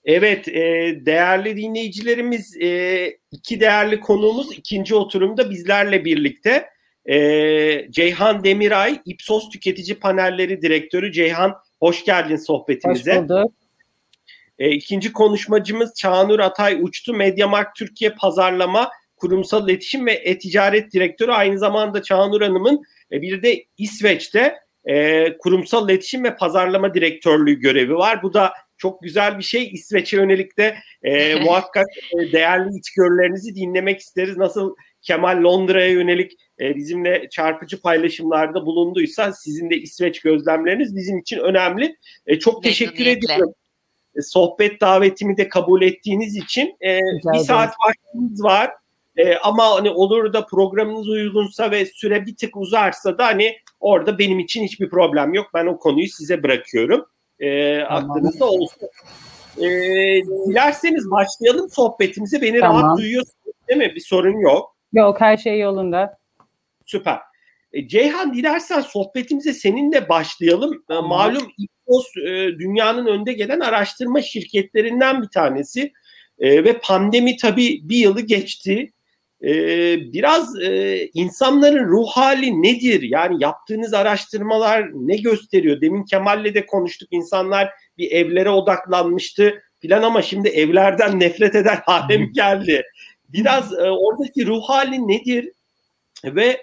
Evet, değerli dinleyicilerimiz, iki değerli konuğumuz ikinci oturumda bizlerle birlikte. Ceyhan Demiray, Ipsos Tüketici Panelleri Direktörü. Ceyhan, hoş geldin sohbetimize. Hoş bulduk. İkinci konuşmacımız Çağnur Atay Uçtu, Mediamarkt Türkiye Pazarlama, Kurumsal İletişim ve E-Ticaret Direktörü. Aynı zamanda Çağnur Hanım'ın bir de İsveç'te Kurumsal İletişim ve Pazarlama Direktörlüğü görevi var. Bu da çok güzel bir şey. İsveç'e yönelik de muhakkak değerli içgörülerinizi dinlemek isteriz. Nasıl Kemal Londra'ya yönelik bizimle çarpıcı paylaşımlarda bulunduysa sizin de İsveç gözlemleriniz bizim için önemli. Çok teşekkür ediyorum. Sohbet davetimi de kabul ettiğiniz için bir saat vaktimiz var. Ama hani olur da programınız uygunsa ve süre bir tık uzarsa da hani orada benim için hiçbir problem yok. Ben o konuyu size bırakıyorum. Tamam. Aklınızda olsun. Dilerseniz başlayalım sohbetimize. Beni rahat duyuyorsunuz değil mi? Bir sorun yok. Yok, her şey yolunda. Süper. Ceyhan, dilersen sohbetimize seninle başlayalım. Malum Ipsos dünyanın önde gelen araştırma şirketlerinden bir tanesi. Ve pandemi tabii bir yılı geçti. Biraz insanların ruh hali nedir? Yani yaptığınız araştırmalar ne gösteriyor? Demin Kemal'le de konuştuk. İnsanlar bir evlere odaklanmıştı filan ama şimdi evlerden nefret eder hale mi geldi? Biraz oradaki ruh hali nedir? Ve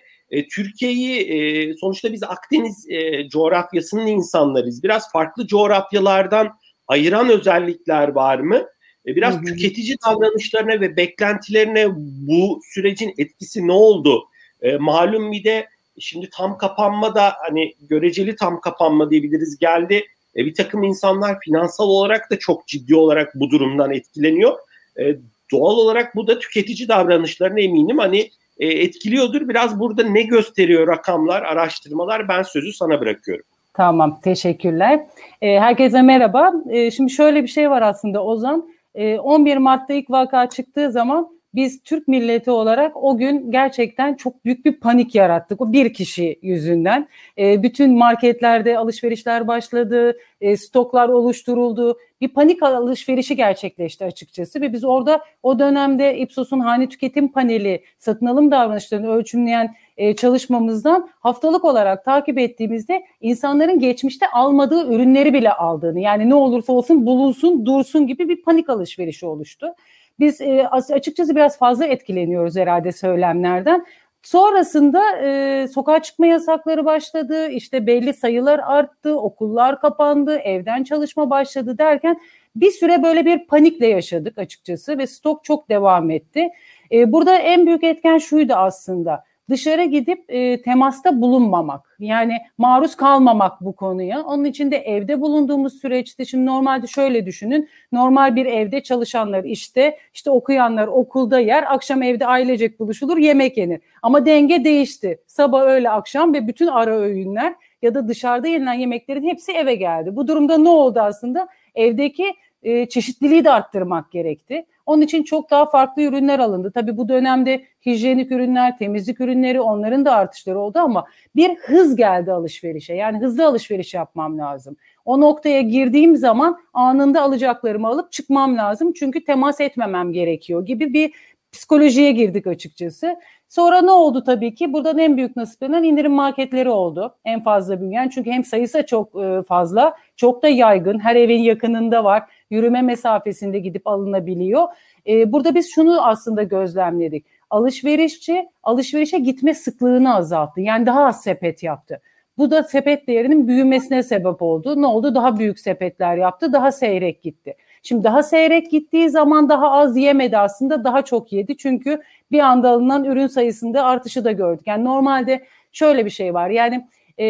Türkiye'yi sonuçta biz Akdeniz coğrafyasının insanlarıyız. Biraz farklı coğrafyalardan ayıran özellikler var mı? Biraz tüketici davranışlarına ve beklentilerine bu sürecin etkisi ne oldu? Malum bir de şimdi tam kapanma da hani göreceli tam kapanma diyebiliriz geldi. Bir takım insanlar finansal olarak da çok ciddi olarak bu durumdan etkileniyor. Doğal olarak bu da tüketici davranışlarına eminim hani etkiliyordur. Biraz burada ne gösteriyor rakamlar, araştırmalar? Ben sözü sana bırakıyorum. Tamam, teşekkürler. Herkese merhaba. Şimdi şöyle bir şey var aslında Ozan. 11 Mart'ta ilk vaka çıktığı zaman biz Türk milleti olarak o gün gerçekten çok büyük bir panik yarattık. O bir kişi yüzünden. Bütün marketlerde alışverişler başladı, stoklar oluşturuldu. Bir panik alışverişi gerçekleşti açıkçası ve biz orada o dönemde Ipsos'un hane tüketim paneli satın alım davranışlarını ölçümleyen çalışmamızdan haftalık olarak takip ettiğimizde insanların geçmişte almadığı ürünleri bile aldığını, yani ne olursa olsun bulunsun dursun gibi bir panik alışverişi oluştu. Biz açıkçası biraz fazla etkileniyoruz herhalde söylemlerden. Sonrasında sokağa çıkma yasakları başladı, işte belli sayılar arttı, okullar kapandı, evden çalışma başladı derken bir süre böyle bir panikle yaşadık açıkçası ve stok çok devam etti. Burada en büyük etken şuydu aslında. Dışarı gidip temasta bulunmamak, yani maruz kalmamak bu konuya. Onun için de evde bulunduğumuz süreçte şimdi normalde şöyle düşünün. Normal bir evde çalışanlar işte okuyanlar okulda yer, akşam evde ailecek buluşulur, yemek yenir. Ama denge değişti. Sabah, öğle, akşam ve bütün ara öğünler ya da dışarıda yenilen yemeklerin hepsi eve geldi. Bu durumda ne oldu aslında? Evdeki çeşitliliği de arttırmak gerekti. Onun için çok daha farklı ürünler alındı. Tabii bu dönemde hijyenik ürünler, temizlik ürünleri, onların da artışları oldu ama bir hız geldi alışverişe. Yani hızlı alışveriş yapmam lazım. O noktaya girdiğim zaman anında alacaklarımı alıp çıkmam lazım. Çünkü temas etmemem gerekiyor gibi bir psikolojiye girdik açıkçası. Sonra ne oldu tabii ki? Buradan en büyük nasiplenen indirim marketleri oldu. En fazla büyüyen, çünkü hem sayısı çok fazla, çok da yaygın. Her evin yakınında var. Yürüme mesafesinde gidip alınabiliyor. Burada biz şunu aslında gözlemledik. Alışverişçi alışverişe gitme sıklığını azalttı. Yani daha az sepet yaptı. Bu da sepet değerinin büyümesine sebep oldu. Ne oldu? Daha büyük sepetler yaptı, daha seyrek gitti. Şimdi daha seyrek gittiği zaman daha az yemedi aslında, daha çok yedi. Çünkü bir anda alınan ürün sayısında artışı da gördük. Yani normalde şöyle bir şey var. Yani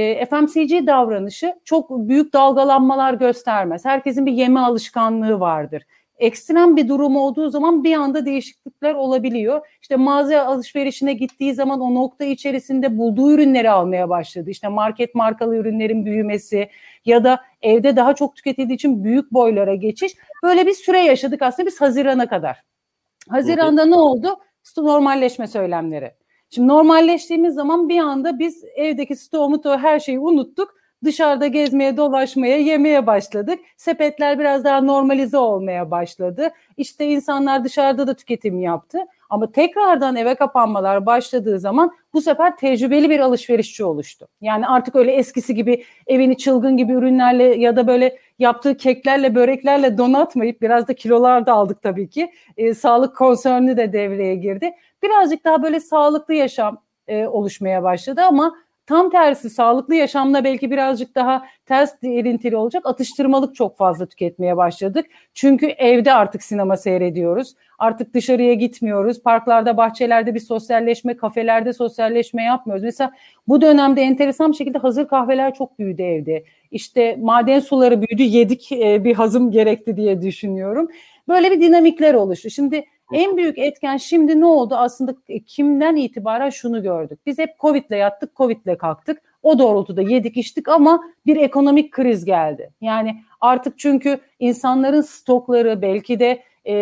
FMCG davranışı çok büyük dalgalanmalar göstermez. Herkesin bir yeme alışkanlığı vardır. Ekstrem bir durum olduğu zaman bir anda değişiklikler olabiliyor. İşte mağaza alışverişine gittiği zaman o nokta içerisinde bulduğu ürünleri almaya başladı. İşte market markalı ürünlerin büyümesi ya da evde daha çok tüketildiği için büyük boylara geçiş. Böyle bir süre yaşadık aslında biz Haziran'a kadar. Haziran'da ne oldu? Normalleşme söylemleri. Şimdi normalleştiğimiz zaman bir anda biz evdeki stoğu, her şeyi unuttuk. Dışarıda gezmeye, dolaşmaya, yemeye başladık. Sepetler biraz daha normalize olmaya başladı. İşte insanlar dışarıda da tüketim yaptı. Ama tekrardan eve kapanmalar başladığı zaman bu sefer tecrübeli bir alışverişçi oluştu. Yani artık öyle eskisi gibi evini çılgın gibi ürünlerle ya da böyle yaptığı keklerle, böreklerle donatmayıp, biraz da kilolar da aldık tabii ki. Sağlık konserni de devreye girdi. Birazcık daha böyle sağlıklı yaşam oluşmaya başladı ama tam tersi, sağlıklı yaşamla belki birazcık daha ters ilintili olacak atıştırmalık çok fazla tüketmeye başladık. Çünkü evde artık sinema seyrediyoruz. Artık dışarıya gitmiyoruz. Parklarda, bahçelerde bir sosyalleşme, kafelerde sosyalleşme yapmıyoruz. Mesela bu dönemde enteresan bir şekilde hazır kahveler çok büyüdü evde. İşte maden suları büyüdü, yedik, bir hazım gerekti diye düşünüyorum. Böyle bir dinamikler oluştu. Şimdi en büyük etken şimdi ne oldu? Aslında Ekim'den itibaren şunu gördük. Biz hep Covid'le yattık, Covid'le kalktık. O doğrultuda yedik içtik ama bir ekonomik kriz geldi. Yani artık çünkü insanların stokları, belki de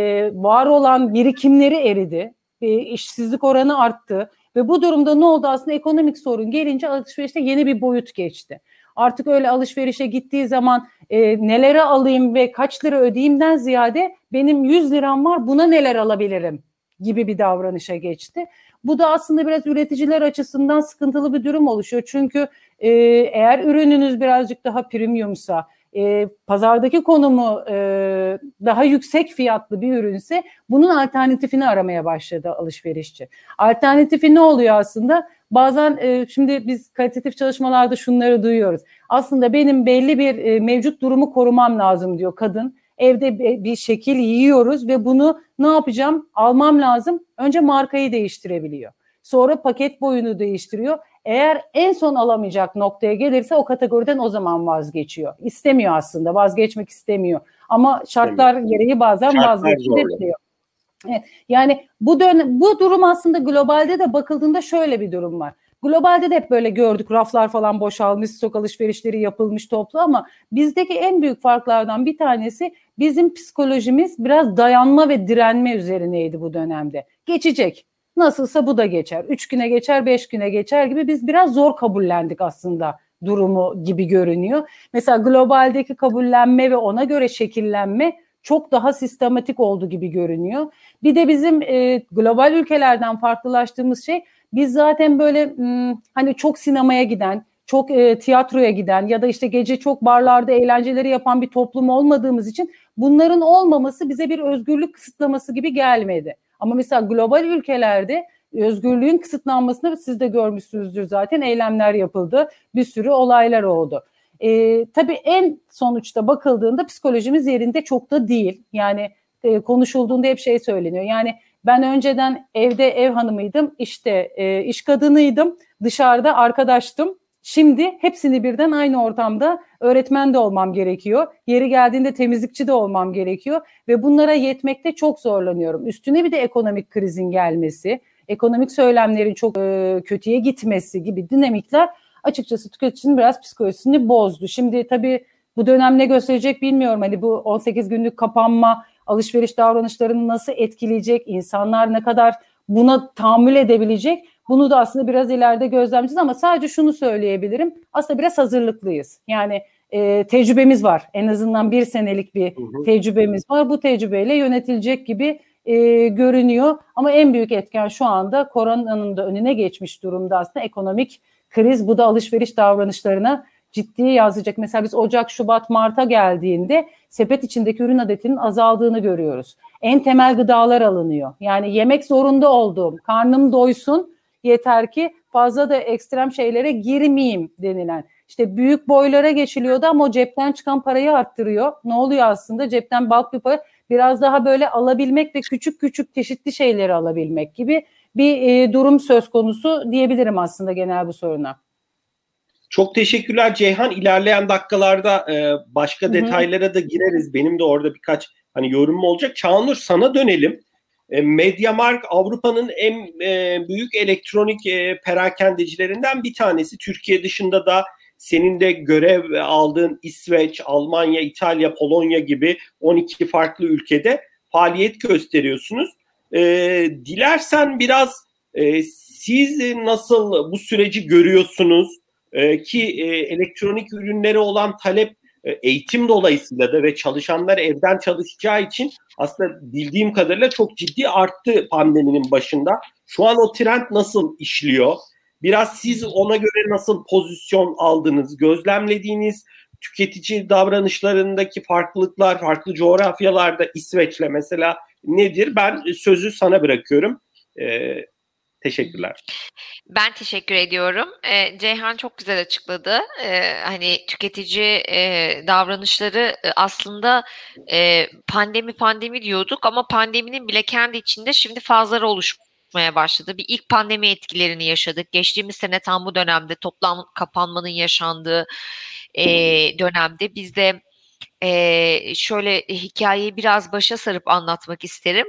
var olan birikimleri eridi. İşsizlik oranı arttı. Ve bu durumda ne oldu? Aslında ekonomik sorun gelince alışverişte yeni bir boyut geçti. Artık öyle alışverişe gittiği zaman nelere alayım ve kaç lira ödeyeyimden ziyade benim 100 liram var, buna neler alabilirim gibi bir davranışa geçti. Bu da aslında biraz üreticiler açısından sıkıntılı bir durum oluşuyor. Çünkü eğer ürününüz birazcık daha premiumsa, pazardaki konumu daha yüksek fiyatlı bir ürünse bunun alternatifini aramaya başladı alışverişçi. Alternatifi ne oluyor aslında? Bazen şimdi biz kalitatif çalışmalarda şunları duyuyoruz. Aslında benim belli bir mevcut durumu korumam lazım diyor kadın. Evde bir şekil yiyoruz ve bunu ne yapacağım? Almam lazım. Önce markayı değiştirebiliyor. Sonra paket boyunu değiştiriyor. Eğer en son alamayacak noktaya gelirse o kategoriden o zaman vazgeçiyor. İstemiyor aslında, vazgeçmek istemiyor. Ama şartlar gereği bazen vazgeçiliyor. Evet, yani bu durum aslında globalde de bakıldığında şöyle bir durum var. Globalde de hep böyle gördük, raflar falan boşalmış, stok alışverişleri yapılmış toplu, ama bizdeki en büyük farklardan bir tanesi bizim psikolojimiz biraz dayanma ve direnme üzerineydi bu dönemde. Geçecek. Nasılsa bu da geçer. 3 güne geçer, 5 güne geçer gibi biz biraz zor kabullendik aslında durumu gibi görünüyor. Mesela globaldeki kabullenme ve ona göre şekillenme çok daha sistematik oldu gibi görünüyor. Bir de bizim global ülkelerden farklılaştığımız şey, biz zaten böyle hani çok sinemaya giden, çok tiyatroya giden ya da işte gece çok barlarda eğlenceleri yapan bir toplum olmadığımız için bunların olmaması bize bir özgürlük kısıtlaması gibi gelmedi. Ama mesela global ülkelerde özgürlüğün kısıtlanmasını siz de görmüşsünüzdür zaten, eylemler yapıldı, bir sürü olaylar oldu. Tabii en sonuçta bakıldığında psikolojimiz yerinde çok da değil. Yani konuşulduğunda hep şey söyleniyor. Yani ben önceden evde ev hanımıydım, işte iş kadınıydım, dışarıda arkadaştım. Şimdi hepsini birden aynı ortamda öğretmen de olmam gerekiyor. Yeri geldiğinde temizlikçi de olmam gerekiyor ve bunlara yetmekte çok zorlanıyorum. Üstüne bir de ekonomik krizin gelmesi, ekonomik söylemlerin çok kötüye gitmesi gibi dinamikler açıkçası tüketicinin biraz psikolojisini bozdu. Şimdi tabii bu dönem ne gösterecek bilmiyorum. Hani bu 18 günlük kapanma alışveriş davranışlarını nasıl etkileyecek? İnsanlar ne kadar buna tahammül edebilecek? Bunu da aslında biraz ileride gözlemleyeceğiz, ama sadece şunu söyleyebilirim. Aslında biraz hazırlıklıyız. Yani tecrübemiz var. En azından bir senelik bir tecrübemiz var. Bu tecrübeyle yönetilecek gibi görünüyor. Ama en büyük etken şu anda koronanın da önüne geçmiş durumda aslında ekonomik kriz. Bu da alışveriş davranışlarına ciddi yazacak. Mesela biz Ocak, Şubat, Mart'a geldiğinde sepet içindeki ürün adetinin azaldığını görüyoruz. En temel gıdalar alınıyor. Yani yemek zorunda olduğum, karnım doysun, yeter ki fazla da ekstrem şeylere girmeyeyim denilen. İşte büyük boylara geçiliyordu ama o cepten çıkan parayı arttırıyor. Ne oluyor aslında? Cepten bulk bir para, biraz daha böyle alabilmek ve küçük küçük çeşitli şeyleri alabilmek gibi bir durum söz konusu diyebilirim aslında genel bu soruna. Çok teşekkürler Ceyhan. İlerleyen dakikalarda başka detaylara da gireriz. Benim de orada birkaç hani yorumum olacak. Çağnur, sana dönelim. MediaMarkt Avrupa'nın en büyük elektronik perakendecilerinden bir tanesi. Türkiye dışında da senin de görev aldığın İsveç, Almanya, İtalya, Polonya gibi 12 farklı ülkede faaliyet gösteriyorsunuz. Dilersen biraz siz nasıl bu süreci görüyorsunuz? Ki elektronik ürünleri olan talep eğitim dolayısıyla da ve çalışanlar evden çalışacağı için aslında bildiğim kadarıyla çok ciddi arttı pandeminin başında. Şu an o trend nasıl işliyor? Biraz siz ona göre nasıl pozisyon aldınız, gözlemlediğiniz tüketici davranışlarındaki farklılıklar, farklı coğrafyalarda İsveç'le mesela nedir? Ben sözü sana bırakıyorum. Teşekkürler. Ben teşekkür ediyorum. Ceyhan çok güzel açıkladı. Hani tüketici davranışları aslında pandemi diyorduk ama pandeminin bile kendi içinde şimdi fazları oluşmaya başladı. Bir ilk pandemi etkilerini yaşadık. Geçtiğimiz sene tam bu dönemde toplam kapanmanın yaşandığı dönemde biz de şöyle hikayeyi biraz başa sarıp anlatmak isterim.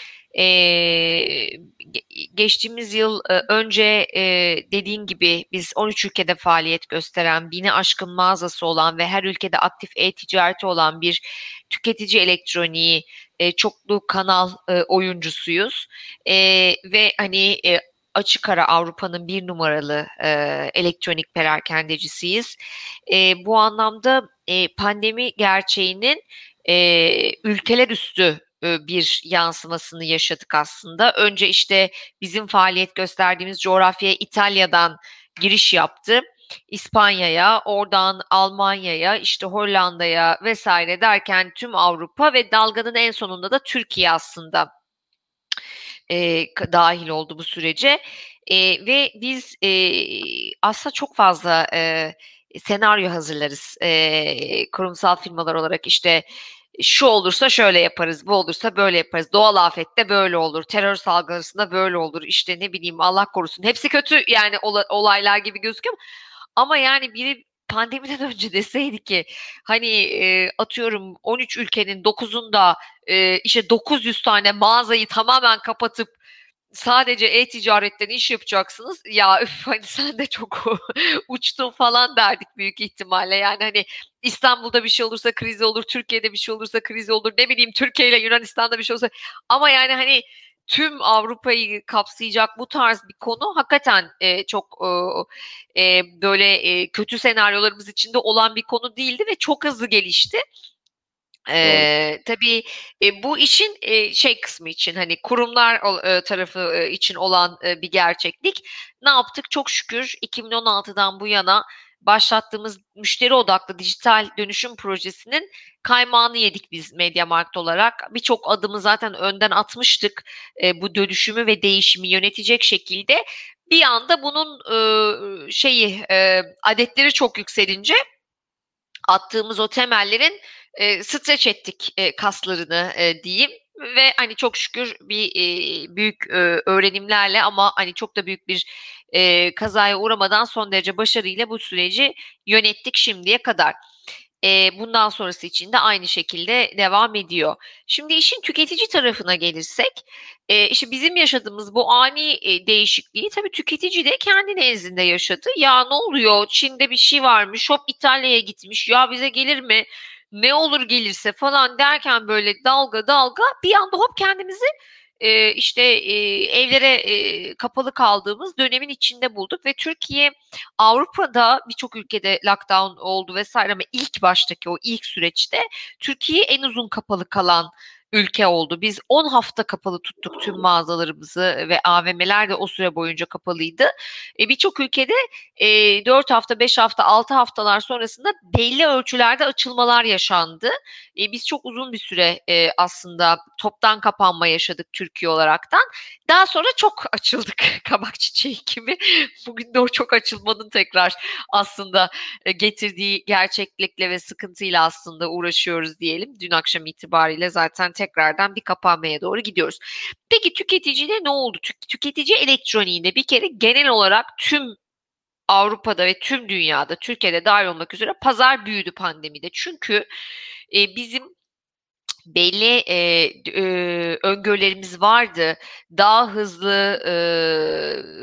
Geçtiğimiz yıl önce dediğin gibi biz 13 ülkede faaliyet gösteren, 1000'i aşkın mağazası olan ve her ülkede aktif e-ticareti olan bir tüketici elektroniği çoklu kanal oyuncusuyuz. Ve hani açık ara Avrupa'nın bir numaralı elektronik perakendecisiyiz. Bu anlamda pandemi gerçeğinin ülkeler üstü bir yansımasını yaşadık aslında. Önce işte bizim faaliyet gösterdiğimiz coğrafyaya İtalya'dan giriş yaptı. İspanya'ya, oradan Almanya'ya, işte Hollanda'ya vesaire derken tüm Avrupa ve dalganın en sonunda da Türkiye aslında dahil oldu bu sürece. Ve biz aslında çok fazla senaryo hazırlarız kurumsal firmalar olarak işte şu olursa şöyle yaparız, bu olursa böyle yaparız. Doğal afette böyle olur, terör salgınında böyle olur. İşte ne bileyim Allah korusun. Hepsi kötü yani olaylar gibi gözüküyor ama yani biri pandemiden önce deseydi ki hani atıyorum 13 ülkenin 9'unda işte 900 tane mağazayı tamamen kapatıp sadece e-ticaretten iş yapacaksınız. Ya üf, hani sen de çok uçtun falan derdik büyük ihtimalle. Yani hani İstanbul'da bir şey olursa kriz olur, Türkiye'de bir şey olursa kriz olur. Ne bileyim Türkiye ile Yunanistan'da bir şey olursa. Ama yani hani tüm Avrupa'yı kapsayacak bu tarz bir konu hakikaten çok böyle kötü senaryolarımız içinde olan bir konu değildi ve çok hızlı gelişti. Tabii bu işin şey kısmı için hani kurumlar tarafı için olan bir gerçeklik. Ne yaptık? Çok şükür 2016'dan bu yana başlattığımız müşteri odaklı dijital dönüşüm projesinin kaymağını yedik biz MediaMarkt olarak. Birçok adımı zaten önden atmıştık bu dönüşümü ve değişimi yönetecek şekilde. Bir anda bunun adetleri çok yükselince attığımız o temellerin streç ettik kaslarını diyeyim ve hani çok şükür bir büyük öğrenimlerle ama hani çok da büyük bir kazaya uğramadan son derece başarıyla bu süreci yönettik şimdiye kadar. Bundan sonrası için de aynı şekilde devam ediyor. Şimdi işin tüketici tarafına gelirsek, işte bizim yaşadığımız bu ani değişikliği tabii tüketici de kendi nezdinde yaşadı. Ya ne oluyor? Çin'de bir şey varmış, hop İtalya'ya gitmiş. Ya bize gelir mi? Ne olur gelirse falan derken böyle dalga dalga bir anda hop kendimizi işte evlere kapalı kaldığımız dönemin içinde bulduk ve Türkiye Avrupa'da birçok ülkede lockdown oldu vesaire ama ilk baştaki o ilk süreçte Türkiye en uzun kapalı kalan ülke oldu. Biz 10 hafta kapalı tuttuk tüm mağazalarımızı ve AVM'ler de o süre boyunca kapalıydı. Birçok ülkede 4 hafta, 5 hafta, 6 haftalar sonrasında belli ölçülerde açılmalar yaşandı. Biz çok uzun bir süre aslında toptan kapanma yaşadık Türkiye olaraktan. Daha sonra çok açıldık kabak çiçeği gibi. Bugün de o çok açılmanın tekrar aslında getirdiği gerçeklikle ve sıkıntıyla aslında uğraşıyoruz diyelim. Dün akşam itibariyle zaten tekrardan bir kapanmaya doğru gidiyoruz. Peki tüketicide ne oldu? Tüketici elektroniğinde bir kere genel olarak tüm Avrupa'da ve tüm dünyada, Türkiye'de dahil olmak üzere pazar büyüdü pandemide. Çünkü bizim belli öngörülerimiz vardı. Daha hızlı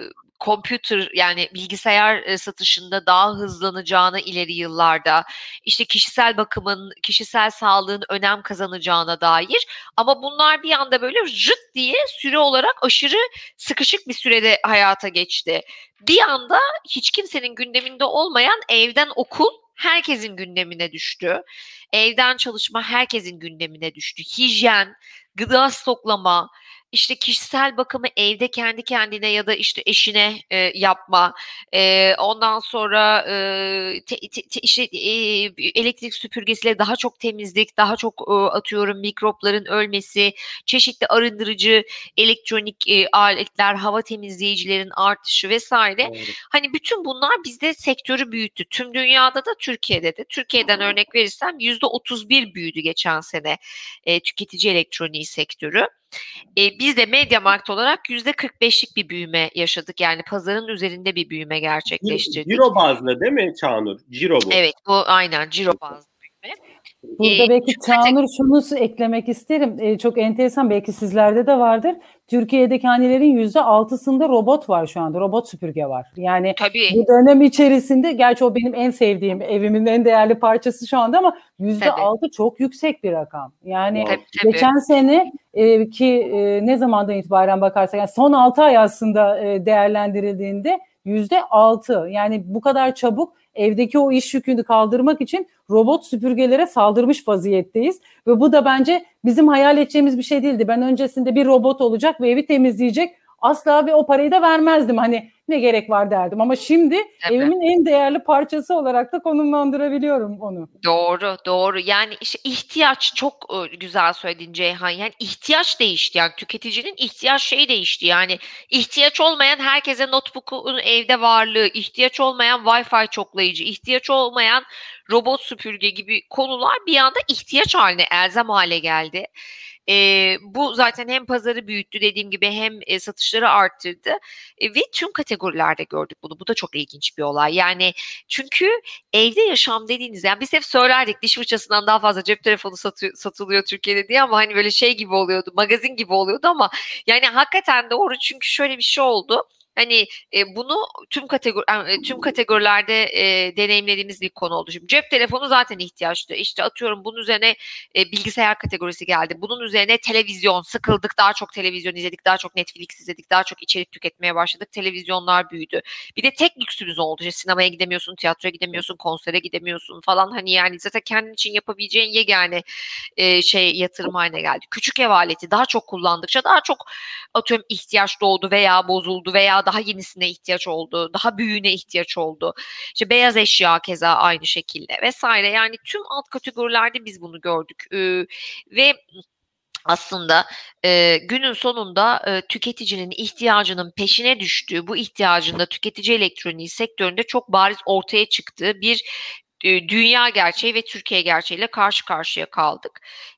computer yani bilgisayar satışında daha hızlanacağına ileri yıllarda, işte kişisel bakımın, kişisel sağlığın önem kazanacağına dair, ama bunlar bir anda böyle rıt diye süre olarak aşırı sıkışık bir sürede hayata geçti. Bir anda hiç kimsenin gündeminde olmayan evden okul herkesin gündemine düştü. Evden çalışma herkesin gündemine düştü. Hijyen, gıda stoklama, işte kişisel bakımı evde kendi kendine ya da işte eşine yapma. Ondan sonra işte elektrik süpürgesiyle daha çok temizlik, daha çok atıyorum mikropların ölmesi, çeşitli arındırıcı elektronik aletler, hava temizleyicilerin artışı vesaire. Evet. Hani bütün bunlar bizde sektörü büyüttü. Tüm dünyada da Türkiye'de de. Türkiye'den örnek verirsem %31 büyüdü geçen sene tüketici elektroniği sektörü. Biz de MediaMarkt olarak %45'lik bir büyüme yaşadık. Yani pazarın üzerinde bir büyüme gerçekleştirdik. Ciro bazlı değil mi Çağnur? Ciro bu. Evet, bu aynen ciro bazlı büyüme. Burada belki Çağnur şunu eklemek isterim. Çok enteresan, belki sizlerde de vardır. Türkiye'deki hanelerin %6'sında robot var şu anda. Robot süpürge var. Yani tabii. Bu dönem içerisinde, gerçi o benim en sevdiğim, evimin en değerli parçası şu anda, ama %6 çok yüksek bir rakam. Yani tabii. Geçen sene ne zamandan itibaren bakarsak, yani son 6 ay aslında değerlendirildiğinde %6. Yani bu kadar çabuk evdeki o iş yükünü kaldırmak için robot süpürgelere saldırmış vaziyetteyiz. Ve bu da bence bizim hayal edeceğimiz bir şey değildi. Ben öncesinde bir robot olacak ve evi temizleyecek, asla ve o parayı da vermezdim. Hani ne gerek var derdim. Ama şimdi evimin en değerli parçası olarak da konumlandırabiliyorum onu. Doğru. Yani işte ihtiyaç, çok güzel söyledin Ceyhan. Yani ihtiyaç değişti. Yani tüketicinin ihtiyaç şeyi değişti. Yani ihtiyaç olmayan herkese notebook'un evde varlığı, ihtiyaç olmayan Wi-Fi çoklayıcı, ihtiyaç olmayan robot süpürge gibi konular bir anda ihtiyaç haline, elzem hale geldi. Bu zaten hem pazarı büyüttü dediğim gibi, hem satışları arttırdı ve tüm kategorilerde gördük bunu. Bu da çok ilginç bir olay. Yani çünkü evde yaşam dediğiniz, yani biz hep söylerdik diş fırçasından daha fazla cep telefonu satılıyor Türkiye'de diye, ama hani böyle şey gibi oluyordu, magazin gibi oluyordu, ama yani hakikaten doğru, çünkü şöyle bir şey oldu. Hani bunu tüm kategorilerde deneyimlediğimiz bir konu oldu. Şimdi cep telefonu zaten ihtiyaçtı. İşte atıyorum bunun üzerine bilgisayar kategorisi geldi. Bunun üzerine televizyon, sıkıldık, daha çok televizyon izledik, daha çok Netflix izledik, daha çok içerik tüketmeye başladık. Televizyonlar büyüdü. Bir de tek lüksümüz oldu. İşte sinemaya gidemiyorsun, tiyatroya gidemiyorsun, konsere gidemiyorsun falan. Hani yani zaten kendin için yapabileceğin yegane yatırım haline geldi. Küçük ev aleti daha çok kullandıkça daha çok atıyorum ihtiyaç doğdu veya bozuldu veya daha yenisine ihtiyaç oldu, daha büyüğüne ihtiyaç oldu. İşte beyaz eşya keza aynı şekilde vesaire. Yani tüm alt kategorilerde biz bunu gördük. Ve aslında günün sonunda tüketicinin ihtiyacının peşine düştüğü, bu ihtiyacın da tüketici elektroniği sektöründe çok bariz ortaya çıktığı bir dünya gerçeği ve Türkiye gerçeğiyle karşı karşıya kaldık.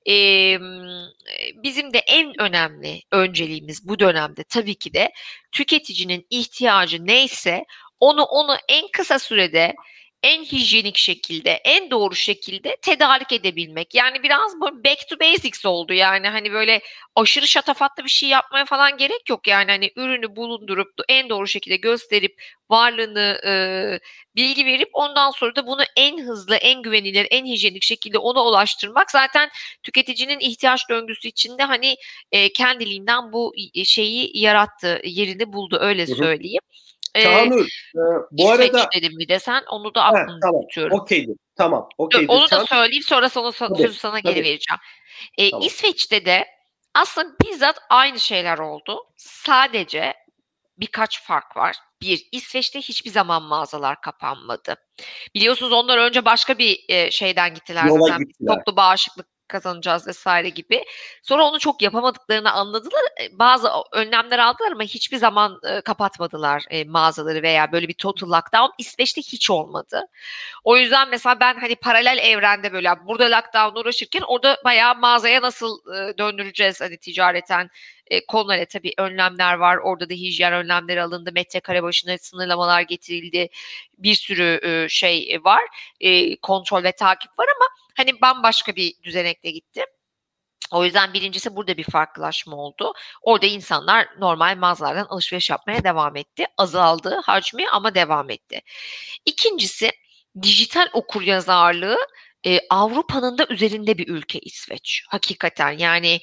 Bizim de en önemli önceliğimiz bu dönemde tabii ki de tüketicinin ihtiyacı neyse onu en kısa sürede, en hijyenik şekilde, en doğru şekilde tedarik edebilmek. Yani biraz böyle back to basics oldu. Yani hani böyle aşırı şatafatlı bir şey yapmaya falan gerek yok. Yani hani ürünü bulundurup en doğru şekilde gösterip varlığını bilgi verip ondan sonra da bunu en hızlı, en güvenilir, en hijyenik şekilde ona ulaştırmak zaten tüketicinin ihtiyaç döngüsü içinde hani kendiliğinden bu şeyi yarattı, yerini buldu, öyle söyleyeyim. Çağnur, bu İsveç arada dedim bir de sen, onu da aklımda tamam, tutuyorum. okeydir. Tamam, okeydir. Onu da söyleyeyim, sonra sözü sana geri tabii. vereceğim. Tamam. İsveç'te de aslında bizzat aynı şeyler oldu. Sadece birkaç fark var. Bir, İsveç'te hiçbir zaman mağazalar kapanmadı. Biliyorsunuz onlar önce başka bir şeyden gittiler Yola zaten. gittiler. Toplu bağışıklık kazanacağız vesaire gibi. Sonra onu çok yapamadıklarını anladılar. Bazı önlemler aldılar ama hiçbir zaman kapatmadılar mağazaları veya böyle bir total lockdown İsveç'te hiç olmadı. O yüzden mesela ben hani paralel evrende böyle burada lockdown uğraşırken orada bayağı mağazaya nasıl döndüreceğiz hani ticareten konulara tabii önlemler var. Orada da hijyen önlemleri alındı. Metrekare başına sınırlamalar getirildi. Bir sürü şey var. Kontrol ve takip var ama hani bambaşka bir düzenekle gitti. O yüzden birincisi burada bir farklılaşma oldu. Orada insanlar normal mağazalardan alışveriş yapmaya devam etti. Azaldı hacmi ama devam etti. İkincisi dijital okuryazarlığı Avrupa'nın da üzerinde bir ülke İsveç. Hakikaten yani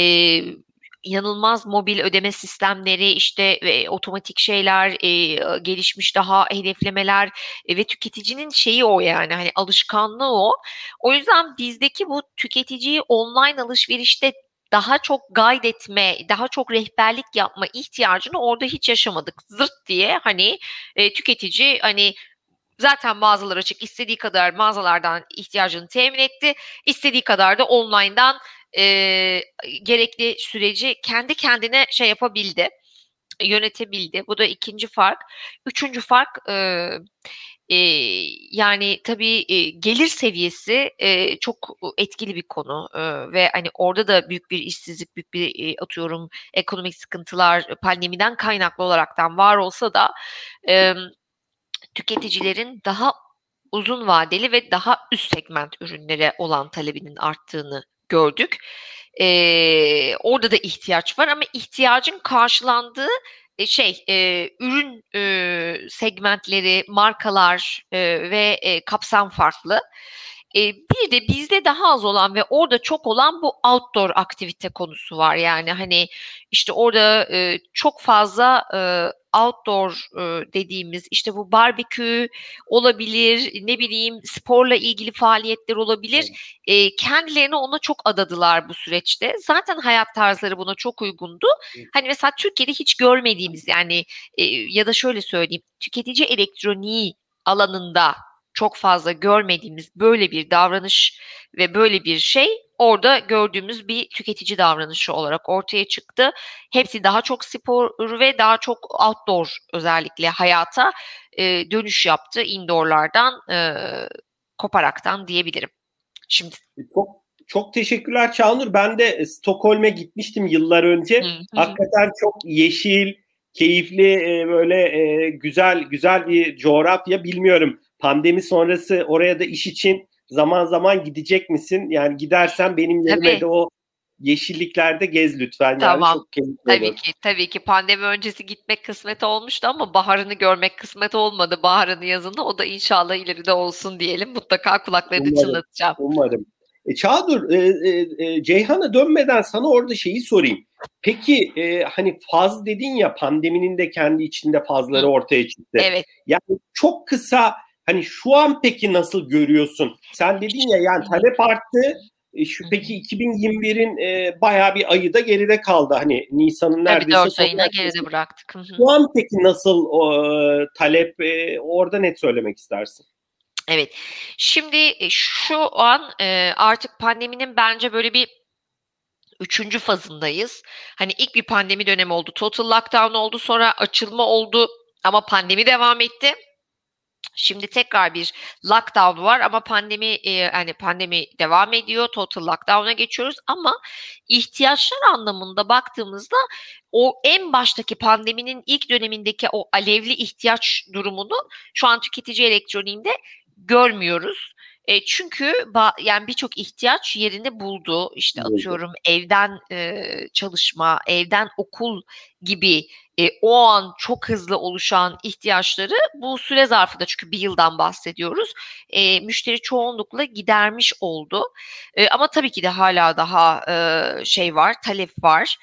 inanılmaz mobil ödeme sistemleri, işte otomatik şeyler, gelişmiş daha hedeflemeler ve tüketicinin şeyi o, yani hani alışkanlığı o. O yüzden bizdeki bu tüketiciyi online alışverişte daha çok guide etme, daha çok rehberlik yapma ihtiyacını orada hiç yaşamadık. Zırt diye hani tüketici hani zaten mağazalar açık, istediği kadar mağazalardan ihtiyacını temin etti, istediği kadar da online'dan gerekli süreci kendi kendine şey yapabildi, yönetebildi. Bu da ikinci fark. Üçüncü fark e, yani tabii gelir seviyesi çok etkili bir konu ve hani orada da büyük bir işsizlik, büyük bir atıyorum ekonomik sıkıntılar pandemiden kaynaklı olaraktan var olsa da tüketicilerin daha uzun vadeli ve daha üst segment ürünlere olan talebinin arttığını gördük. Orada da ihtiyaç var ama ihtiyacın karşılandığı ürün segmentleri, markalar ve kapsam farklı. Bir de bizde daha az olan ve orada çok olan bu outdoor aktivite konusu var. Yani hani işte orada çok fazla outdoor dediğimiz işte bu barbekü olabilir, ne bileyim sporla ilgili faaliyetler olabilir. Kendilerini ona çok adadılar bu süreçte. Zaten hayat tarzları buna çok uygundu. Hani mesela Türkiye'de hiç görmediğimiz yani ya da şöyle söyleyeyim, tüketici elektroniği alanında çok fazla görmediğimiz böyle bir davranış ve böyle bir şey orada gördüğümüz bir tüketici davranışı olarak ortaya çıktı. Hepsi daha çok spor ve daha çok outdoor özellikle hayata dönüş yaptı. Indoor'lardan koparaktan diyebilirim. Şimdi çok teşekkürler Çağnur. Ben de Stockholm'e gitmiştim yıllar önce. Hakikaten çok yeşil, keyifli, böyle güzel bir coğrafya. Bilmiyorum, pandemi sonrası oraya da iş için zaman zaman gidecek misin? Yani gidersen benim yerime de o yeşilliklerde gez lütfen. Tamam. Yani çok keyifli olur. Tabii ki pandemi öncesi gitmek kısmet olmuştu ama baharını görmek kısmet olmadı. Baharını, yazını, o da inşallah ileride olsun diyelim. Mutlaka kulaklarını çınlatacağım. Umarım. Çağdur, Ceyhan'a dönmeden sana orada şeyi sorayım. Peki hani faz dedin ya, pandeminin de kendi içinde fazları ortaya çıktı. Evet. Yani çok kısa, hani şu an peki nasıl görüyorsun? Sen dedin ya yani talep arttı. Peki 2021'in bayağı bir ayı da geride kaldı. Hani Nisan'ın neredeyse 4 ayına geride bıraktık. Şu an peki nasıl talep, orada ne söylemek istersin? Evet. Şimdi şu an artık pandeminin bence böyle bir 3. fazındayız. Hani ilk bir pandemi dönemi oldu. Total lockdown oldu. Sonra açılma oldu. Ama pandemi devam etti. Şimdi tekrar bir lockdown var ama pandemi devam ediyor. Total lockdown'a geçiyoruz ama ihtiyaçlar anlamında baktığımızda o en baştaki pandeminin ilk dönemindeki o alevli ihtiyaç durumunu şu an tüketici elektroniğinde görmüyoruz. Çünkü yani birçok ihtiyaç yerini buldu. İşte atıyorum evden çalışma, evden okul gibi o an çok hızlı oluşan ihtiyaçları bu süre zarfında, çünkü bir yıldan bahsediyoruz, müşteri çoğunlukla gidermiş oldu. Ama tabii ki de hala daha şey var, talep var.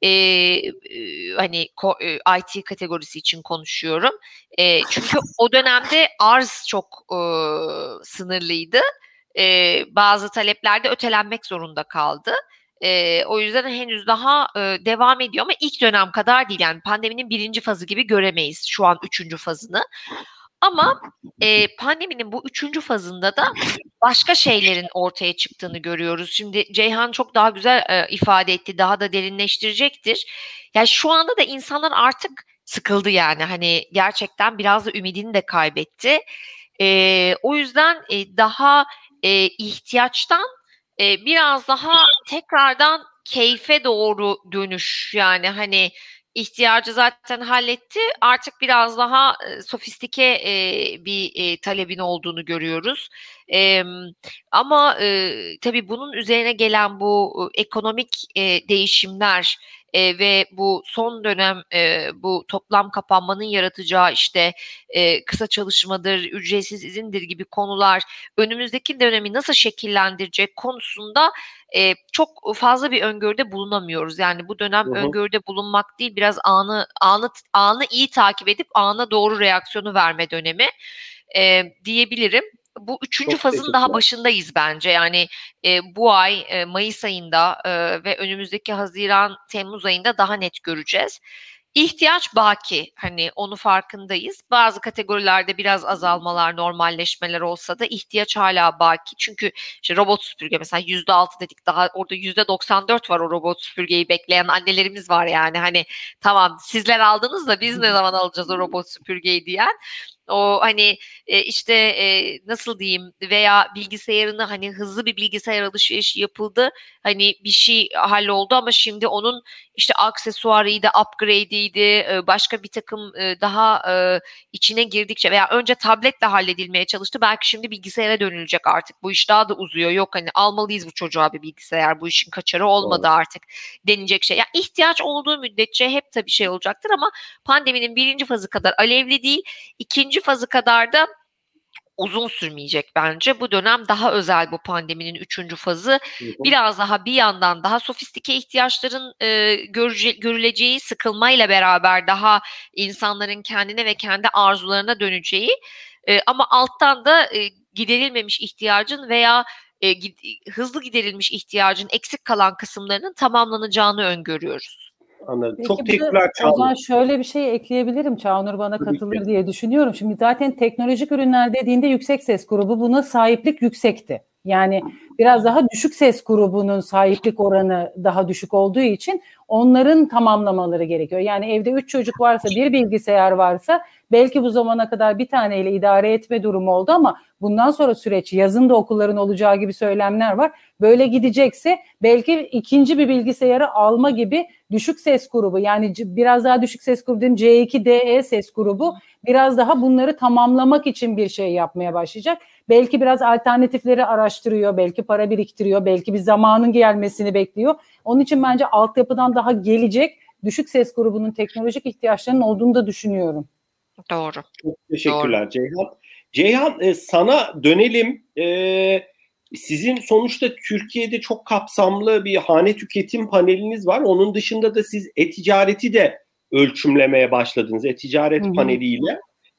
Hani IT kategorisi için konuşuyorum. Çünkü o dönemde arz çok sınırlıydı. Bazı talepler de ötelenmek zorunda kaldı. O yüzden henüz daha devam ediyor ama ilk dönem kadar değil. Yani pandeminin 1. fazı gibi göremeyiz şu an 3. fazını. Ama pandeminin bu 3. fazında da başka şeylerin ortaya çıktığını görüyoruz. Şimdi Ceyhan çok daha güzel ifade etti, daha da derinleştirecektir. Yani şu anda da insanlar artık sıkıldı yani. Hani gerçekten biraz da ümidini de kaybetti. O yüzden daha ihtiyaçtan biraz daha tekrardan keyfe doğru dönüş, yani hani ihtiyacı zaten halletti. Artık biraz daha sofistike bir talebin olduğunu görüyoruz. Ama tabii bunun üzerine gelen bu ekonomik değişimler ve bu son dönem bu toplam kapanmanın yaratacağı işte kısa çalışmadır, ücretsiz izindir gibi konular önümüzdeki dönemi nasıl şekillendirecek konusunda çok fazla bir öngörüde bulunamıyoruz. Yani bu dönem öngörüde bulunmak değil, biraz anı iyi takip edip ana doğru reaksiyonu verme dönemi diyebilirim. Bu üçüncü fazın daha başındayız bence. Yani bu ay Mayıs ayında ve önümüzdeki Haziran, Temmuz ayında daha net göreceğiz. İhtiyaç baki, hani onu farkındayız. Bazı kategorilerde biraz azalmalar, normalleşmeler olsa da ihtiyaç hala baki. Çünkü işte robot süpürge mesela %6 dedik, daha orada %94 var o robot süpürgeyi bekleyen annelerimiz var yani. Hani tamam sizler aldınız da biz ne zaman alacağız o robot süpürgeyi diyen. O hani işte nasıl diyeyim, veya bilgisayarını, hani hızlı bir bilgisayar alışverişi yapıldı. Hani bir şey halloldu ama şimdi onun işte aksesuarıydı, upgrade'iydi, başka bir takım daha içine girdikçe veya önce tabletle halledilmeye çalıştı. Belki şimdi bilgisayara dönülecek artık. Bu iş daha da uzuyor. Yok hani almalıyız bu çocuğa bir bilgisayar. Bu işin kaçarı olmadı artık denilecek şey. Yani ihtiyaç olduğu müddetçe hep tabii şey olacaktır ama pandeminin birinci fazı kadar alevli değil. İkinci fazı kadar da uzun sürmeyecek bence. Bu dönem daha özel, bu pandeminin üçüncü fazı. Biraz daha bir yandan daha sofistike ihtiyaçların görüleceği, sıkılmayla beraber daha insanların kendine ve kendi arzularına döneceği ama alttan da giderilmemiş ihtiyacın veya hızlı giderilmiş ihtiyacın eksik kalan kısımlarının tamamlanacağını öngörüyoruz. Anladım. Peki, çok teşekkürler Çağnur. O zaman şöyle bir şey ekleyebilirim. Çağnur bana katılır diye düşünüyorum. Şimdi zaten teknolojik ürünler dediğinde yüksek ses grubu, buna sahiplik yüksekti. Yani biraz daha düşük ses grubunun sahiplik oranı daha düşük olduğu için onların tamamlamaları gerekiyor. Yani evde 3 çocuk varsa, bir bilgisayar varsa belki bu zamana kadar bir taneyle idare etme durumu oldu ama bundan sonra süreç, yazın da okulların olacağı gibi söylemler var. Böyle gidecekse belki ikinci bir bilgisayarı alma gibi düşük ses grubu, yani biraz daha düşük ses grubu C2DE ses grubu biraz daha bunları tamamlamak için bir şey yapmaya başlayacak. Belki biraz alternatifleri araştırıyor, belki para biriktiriyor, belki bir zamanın gelmesini bekliyor. Onun için bence altyapıdan daha gelecek düşük ses grubunun teknolojik ihtiyaçlarının olduğunu da düşünüyorum. Doğru. Çok teşekkürler Ceyhan. Ceyhan, sana dönelim. Sizin sonuçta Türkiye'de çok kapsamlı bir hane tüketim paneliniz var. Onun dışında da siz e-ticareti de ölçümlemeye başladınız. E-ticaret paneliyle.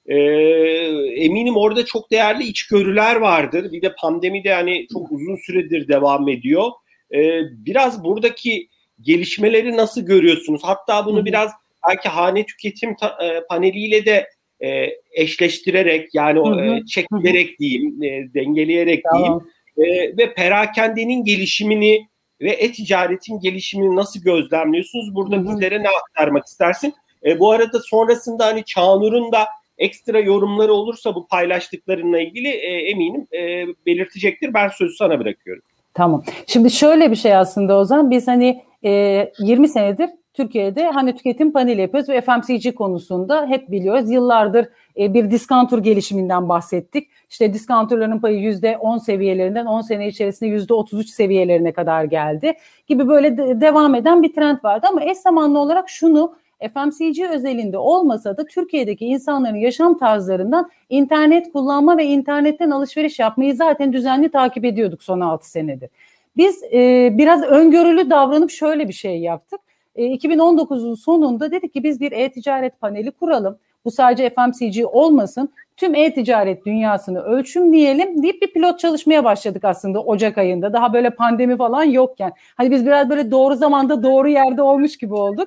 Eminim orada çok değerli içgörüler vardır. Bir de pandemi de hani çok uzun süredir devam ediyor. Biraz buradaki gelişmeleri nasıl görüyorsunuz? Hatta bunu biraz belki hane tüketim paneliyle de eşleştirerek, yani çekilerek diyeyim, dengeleyerek diyeyim. Ve perakendenin gelişimini ve e-ticaretin gelişimini nasıl gözlemliyorsunuz? Burada bizlere ne aktarmak istersin? Bu arada sonrasında hani Çağnur'un da ekstra yorumları olursa bu paylaştıklarınla ilgili eminim belirtecektir. Ben sözü sana bırakıyorum. Tamam. Şimdi şöyle bir şey aslında Ozan. Biz hani 20 senedir Türkiye'de hani tüketim paneli yapıyoruz ve FMCG konusunda hep biliyoruz. Yıllardır bir discounter gelişiminden bahsettik. İşte discounterların payı %10 seviyelerinden 10 sene içerisinde %33 seviyelerine kadar geldi gibi böyle devam eden bir trend vardı. Ama eş zamanlı olarak şunu, FMCG özelinde olmasa da Türkiye'deki insanların yaşam tarzlarından internet kullanma ve internetten alışveriş yapmayı zaten düzenli takip ediyorduk son 6 senedir. Biz biraz öngörülü davranıp şöyle bir şey yaptık. 2019'un sonunda dedik ki biz bir e-ticaret paneli kuralım. Bu sadece FMCG olmasın. Tüm e-ticaret dünyasını ölçümleyelim deyip bir pilot çalışmaya başladık aslında Ocak ayında. Daha böyle pandemi falan yokken. Hani biz biraz böyle doğru zamanda doğru yerde olmuş gibi olduk.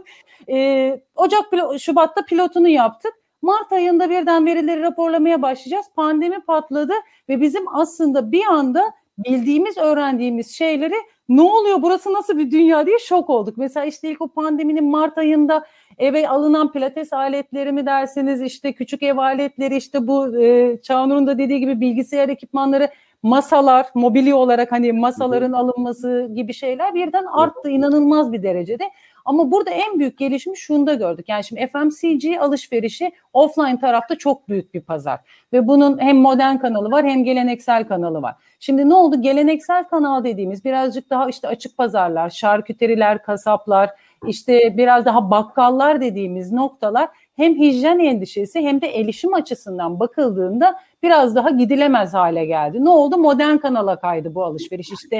Şubat'ta pilotunu yaptık. Mart ayında birden verileri raporlamaya başlayacağız. Pandemi patladı ve bizim aslında bir anda bildiğimiz, öğrendiğimiz şeyleri ne oluyor, burası nasıl bir dünya diye şok olduk. Mesela işte ilk o pandeminin Mart ayında eve alınan pilates aletleri mi derseniz, işte küçük ev aletleri, işte bu Çağnur'un da dediği gibi bilgisayar ekipmanları masalar, mobilya olarak hani masaların alınması gibi şeyler birden arttı inanılmaz bir derecede. Ama burada en büyük gelişimi şunda gördük. Yani şimdi FMCG alışverişi offline tarafta çok büyük bir pazar. Ve bunun hem modern kanalı var hem geleneksel kanalı var. Şimdi ne oldu? Geleneksel kanal dediğimiz birazcık daha işte açık pazarlar, şarküteriler, kasaplar, işte biraz daha bakkallar dediğimiz noktalar hem hijyen endişesi hem de erişim açısından bakıldığında biraz daha gidilemez hale geldi. Ne oldu? Modern kanala kaydı bu alışveriş. İşte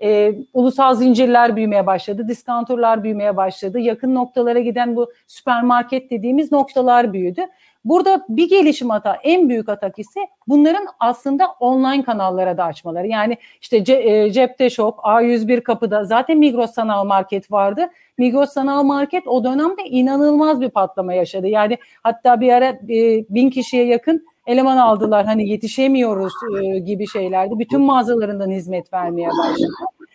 ulusal zincirler büyümeye başladı, diskantorlar büyümeye başladı, yakın noktalara giden bu süpermarket dediğimiz noktalar büyüdü. Burada bir gelişim hata, en büyük atak ise bunların aslında online kanallara da açmaları. Yani işte Cepte Shop, A101 kapıda zaten Migros Sanal Market vardı. Migros Sanal Market o dönemde inanılmaz bir patlama yaşadı. Yani hatta bir ara 1000 kişiye yakın eleman aldılar. Hani yetişemiyoruz gibi şeylerdi. Bütün mağazalarından hizmet vermeye başladı.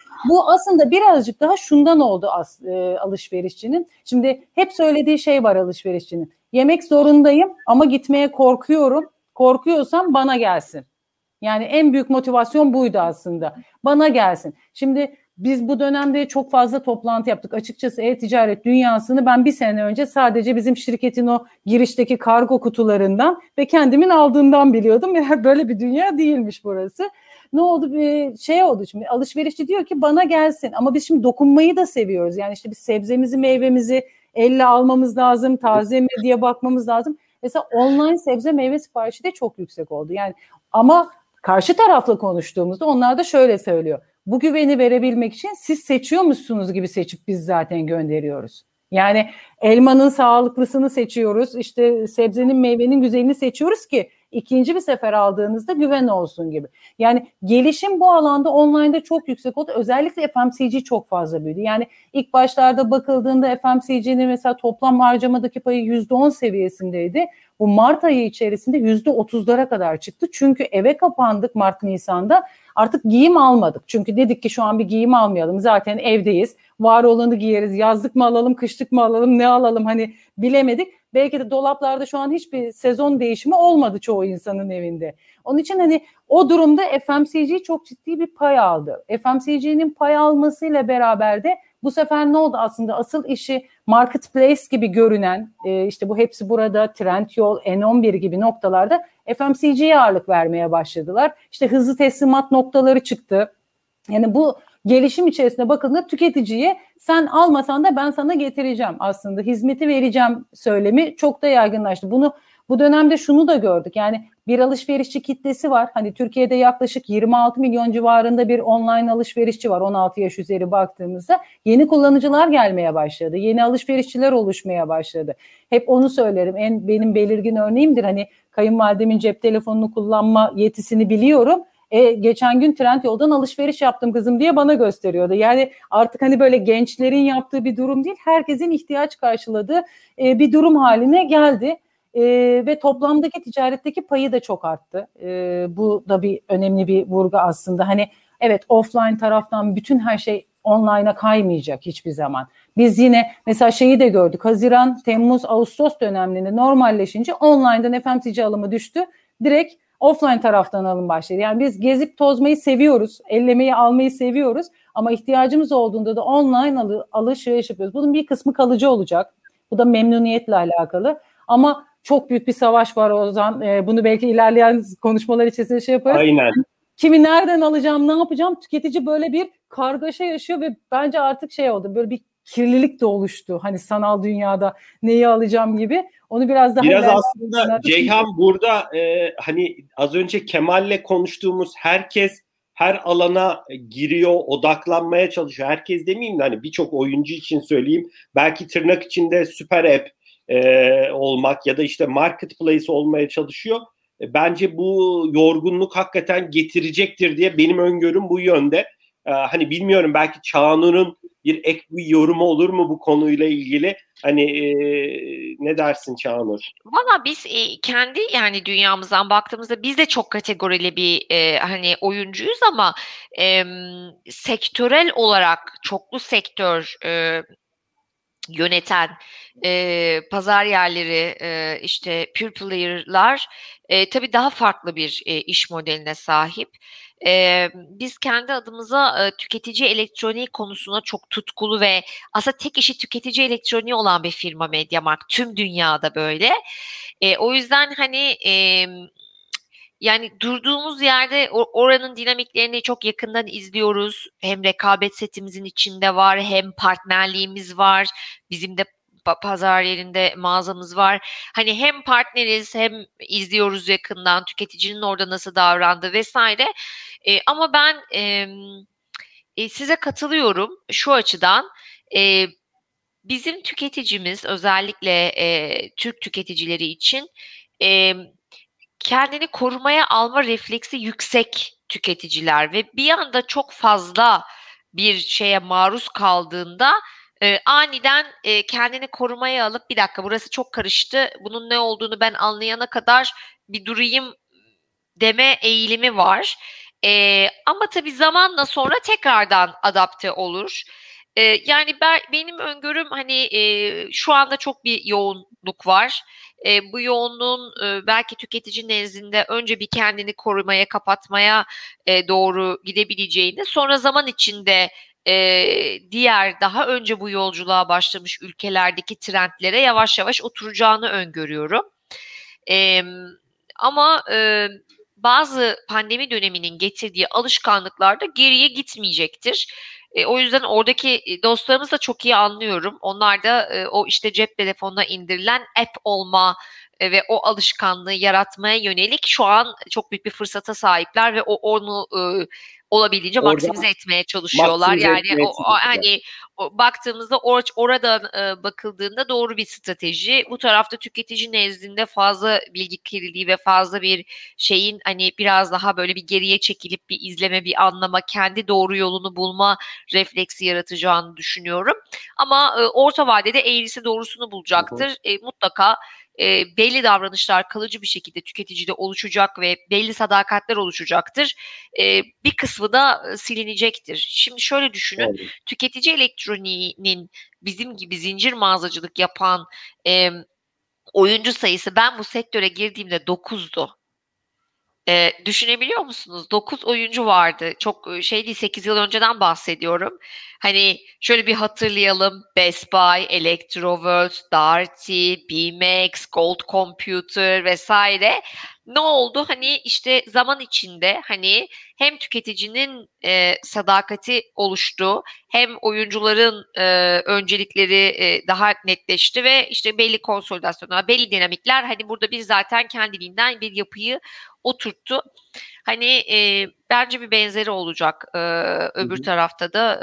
Bu aslında birazcık daha şundan oldu alışverişçinin. Şimdi hep söylediği şey var alışverişçinin. Yemek zorundayım ama gitmeye korkuyorum. Korkuyorsam bana gelsin. Yani en büyük motivasyon buydu aslında. Bana gelsin. Şimdi biz bu dönemde çok fazla toplantı yaptık. Açıkçası e-ticaret dünyasını ben bir sene önce sadece bizim şirketin o girişteki kargo kutularından ve kendimin aldığından biliyordum. Böyle bir dünya değilmiş burası. Ne oldu? Bir şey oldu şimdi. Alışverişçi diyor ki bana gelsin. Ama biz şimdi dokunmayı da seviyoruz. Yani işte biz sebzemizi, meyvemizi elle almamız lazım. Taze mi diye bakmamız lazım. Mesela online sebze meyve siparişi de çok yüksek oldu. Yani ama karşı tarafla konuştuğumuzda onlar da şöyle söylüyor. Bu güveni verebilmek için siz seçiyormuşsunuz gibi seçip biz zaten gönderiyoruz. Yani elmanın sağlıklısını seçiyoruz. İşte sebzenin, meyvenin güzelini seçiyoruz ki ikinci bir sefer aldığınızda güven olsun gibi. Yani gelişim bu alanda online'da çok yüksek oldu. Özellikle FMCG çok fazla büyüdü. Yani ilk başlarda bakıldığında FMCG'nin mesela toplam harcamadaki payı %10 seviyesindeydi. Bu Mart ayı içerisinde %30'lara kadar çıktı. Çünkü eve kapandık Mart-Nisan'da. Artık giyim almadık. Çünkü dedik ki şu an bir giyim almayalım. Zaten evdeyiz. Var olanı giyeriz. Yazlık mı alalım, kışlık mı alalım, ne alalım hani bilemedik. Belki de dolaplarda şu an hiçbir sezon değişimi olmadı çoğu insanın evinde. Onun için hani o durumda FMCG çok ciddi bir pay aldı. FMCG'nin pay almasıyla beraber de bu sefer ne oldu aslında? Asıl işi marketplace gibi görünen işte bu hepsi burada Trendyol, N11 gibi noktalarda FMCG'ye ağırlık vermeye başladılar. İşte hızlı teslimat noktaları çıktı. Yani bu gelişim içerisinde bakıldığında tüketiciye sen almasan da ben sana getireceğim aslında hizmeti vereceğim söylemi çok da yaygınlaştı. Bu dönemde şunu da gördük. Yani bir alışverişçi kitlesi var. Hani Türkiye'de yaklaşık 26 milyon civarında bir online alışverişçi var. 16 yaş üzeri baktığımızda yeni kullanıcılar gelmeye başladı. Yeni alışverişçiler oluşmaya başladı. Hep onu söylerim. Benim belirgin örneğimdir. Hani kayınvalidemin cep telefonunu kullanma yetisini biliyorum. Geçen gün Trendyol'dan alışveriş yaptım kızım diye bana gösteriyordu. Yani artık hani böyle gençlerin yaptığı bir durum değil, herkesin ihtiyaç karşıladığı bir durum haline geldi. Ve toplamdaki ticaretteki payı da çok arttı. Bu da bir önemli bir vurgu aslında. Hani evet offline taraftan bütün her şey online'a kaymayacak hiçbir zaman. Biz yine mesela şeyi de gördük. Haziran, Temmuz, Ağustos dönemlerinde normalleşince online'dan FMCG alımı düştü. Direkt offline taraftan alım başladı. Yani biz gezip tozmayı seviyoruz, ellemeyi almayı seviyoruz ama ihtiyacımız olduğunda da online alışveriş yapıyoruz. Bunun bir kısmı kalıcı olacak. Bu da memnuniyetle alakalı. Ama çok büyük bir savaş var Ozan. Bunu belki ilerleyen konuşmalar içerisinde şey yaparız. Aynen. Kimi nereden alacağım, ne yapacağım? Tüketici böyle bir kargaşa yaşıyor ve bence artık şey oldu. Böyle bir kirlilik de oluştu. Hani sanal dünyada neyi alacağım gibi. Onu biraz aslında Ceyhan burada hani az önce Kemal'le konuştuğumuz herkes her alana giriyor, odaklanmaya çalışıyor. Herkes demeyeyim de hani birçok oyuncu için söyleyeyim. Belki tırnak içinde süper app olmak ya da işte marketplace olmaya çalışıyor. Bence bu yorgunluk hakikaten getirecektir diye benim öngörüm bu yönde. Hani bilmiyorum belki Çağnur'un bir ek bir yorumu olur mu bu konuyla ilgili? Hani ne dersin Çağnur? Valla biz kendi yani dünyamızdan baktığımızda biz de çok kategorili bir hani oyuncuyuz ama sektörel olarak çoklu sektör yöneten pazar yerleri, işte pure player'lar tabii daha farklı bir iş modeline sahip. Biz kendi adımıza tüketici elektroniği konusuna çok tutkulu ve aslında tek işi tüketici elektroniği olan bir firma MediaMarkt. Tüm dünyada böyle. O yüzden hani yani durduğumuz yerde oranın dinamiklerini çok yakından izliyoruz. Hem rekabet setimizin içinde var, hem partnerliğimiz var. Bizim de pazar yerinde mağazamız var. Hani hem partneriz, hem izliyoruz yakından tüketicinin orada nasıl davrandığı vesaire. Ama ben size katılıyorum şu açıdan. Bizim tüketicimiz, özellikle Türk tüketicileri için kendini korumaya alma refleksi yüksek tüketiciler ve bir anda çok fazla bir şeye maruz kaldığında aniden kendini korumaya alıp bir dakika burası çok karıştı, bunun ne olduğunu ben anlayana kadar bir durayım deme eğilimi var. Ama tabii zamanla sonra tekrardan adapte olur. Yani benim öngörüm hani şu anda çok bir yoğunluk var. Bu yoğunluğun belki tüketici nezdinde önce bir kendini korumaya, kapatmaya doğru gidebileceğini, sonra zaman içinde diğer daha önce bu yolculuğa başlamış ülkelerdeki trendlere yavaş yavaş oturacağını öngörüyorum. Ama bazı pandemi döneminin getirdiği alışkanlıklar da geriye gitmeyecektir. O yüzden oradaki dostlarımızı da çok iyi anlıyorum. Onlar da o işte cep telefonuna indirilen app olma ve o alışkanlığı yaratmaya yönelik şu an çok büyük bir fırsata sahipler ve onu olabildiğince maksimize etmeye çalışıyorlar. Yani hani baktığımızda oradan bakıldığında doğru bir strateji. Bu tarafta tüketici nezdinde fazla bilgi kirliliği ve fazla bir şeyin hani biraz daha böyle bir geriye çekilip bir izleme, bir anlama, kendi doğru yolunu bulma refleksi yaratacağını düşünüyorum. Ama orta vadede eğrisi doğrusunu bulacaktır. Mutlaka belli davranışlar kalıcı bir şekilde tüketicide oluşacak ve belli sadakatler oluşacaktır. Bir kısmı da silinecektir. Şimdi şöyle düşünün, evet. Tüketici elektroniğinin bizim gibi zincir mağazacılık yapan oyuncu sayısı ben bu sektöre girdiğimde 9'du. Düşünebiliyor musunuz? 9 oyuncu vardı. Çok şey değil, 8 yıl önceden bahsediyorum. Hani şöyle bir hatırlayalım. Best Buy, Electroworld, Darty, BMX, Gold Computer vesaire. Ne oldu? Hani işte zaman içinde hani hem tüketicinin sadakati oluştu, hem oyuncuların öncelikleri daha netleşti ve işte belli konsolidasyonlar, belli dinamikler hani burada bir zaten kendiliğinden bir yapıyı oturttu. Hani bence bir benzeri olacak öbür tarafta da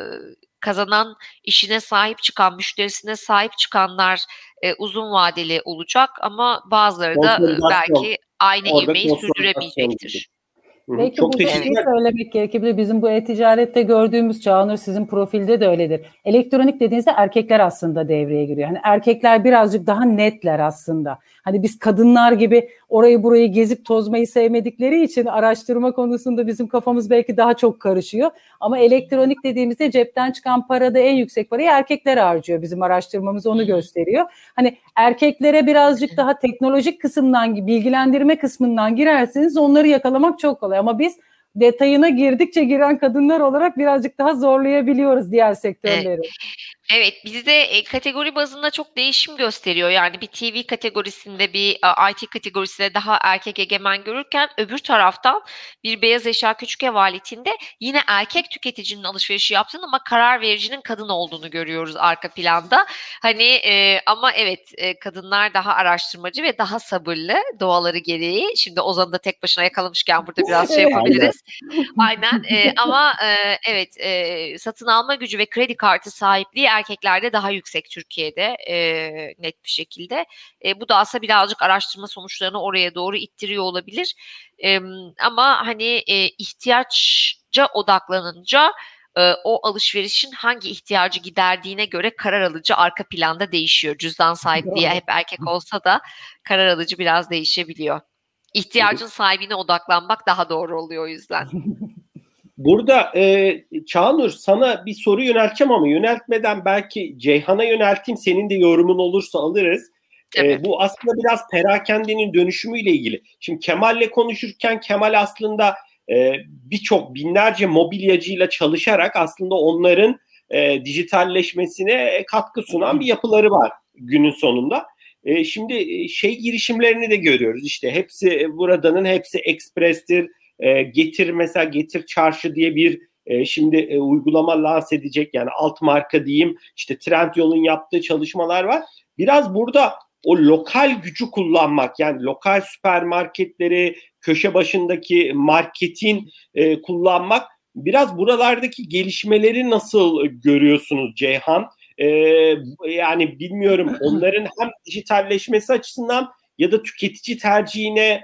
kazanan, işine sahip çıkan, müşterisine sahip çıkanlar uzun vadeli olacak ama bazıları da belki aynı ivmeyi sürdüremeyecektir. Belki çok burada bir şey söylemek gerekebilir. Bizim bu e-ticarette gördüğümüz, Çağnur sizin profilde de öyledir. Elektronik dediğinizde erkekler aslında devreye giriyor. Hani erkekler birazcık daha netler aslında. Hani biz kadınlar gibi orayı burayı gezip tozmayı sevmedikleri için araştırma konusunda bizim kafamız belki daha çok karışıyor. Ama elektronik dediğimizde cepten çıkan parada en yüksek parayı erkekler harcıyor. Bizim araştırmamız onu gösteriyor. Hani erkeklere birazcık daha teknolojik kısımdan, bilgilendirme kısmından girerseniz onları yakalamak çok kolay. Ama biz detayına girdikçe giren kadınlar olarak birazcık daha zorlayabiliyoruz diğer sektörleri. Evet, bizde kategori bazında çok değişim gösteriyor. Yani bir TV kategorisinde, bir IT kategorisinde daha erkek egemen görürken öbür taraftan bir beyaz eşya küçük ev aletinde yine erkek tüketicinin alışverişi yaptığını ama karar vericinin kadın olduğunu görüyoruz arka planda. Hani ama evet kadınlar daha araştırmacı ve daha sabırlı doğaları gereği. Şimdi Ozan'ı da tek başına yakalamışken burada biraz şey yapabiliriz. Aynen ama evet satın alma gücü ve kredi kartı sahipliği erkeklerde daha yüksek Türkiye'de net bir şekilde. Bu da aslında birazcık araştırma sonuçlarını oraya doğru ittiriyor olabilir. Ama hani ihtiyaca odaklanınca o alışverişin hangi ihtiyacı giderdiğine göre karar alıcı arka planda değişiyor. Cüzdan sahipliği hep erkek olsa da karar alıcı biraz değişebiliyor. İhtiyacın sahibine odaklanmak daha doğru oluyor o yüzden. Burada Çağnur sana bir soru yönelteceğim ama yöneltmeden belki Ceyhan'a yönelteyim. Senin de yorumun olursa alırız. Bu aslında biraz perakendenin dönüşümüyle ilgili. Şimdi Kemal'le konuşurken Kemal aslında birçok binlerce mobilyacıyla çalışarak aslında onların dijitalleşmesine katkı sunan bir yapıları var günün sonunda. Şimdi girişimlerini de görüyoruz. İşte hepsi buradanın hepsi Express'tir. Getir mesela Getir Çarşı diye bir şimdi uygulama lanse edecek, yani alt marka diyeyim, işte Trendyol'un yaptığı çalışmalar var. Biraz burada o lokal gücü kullanmak, yani lokal süpermarketleri, köşe başındaki marketin kullanmak, biraz buralardaki gelişmeleri nasıl görüyorsunuz Ceyhan? Yani bilmiyorum, onların hem dijitalleşmesi açısından ya da tüketici tercihine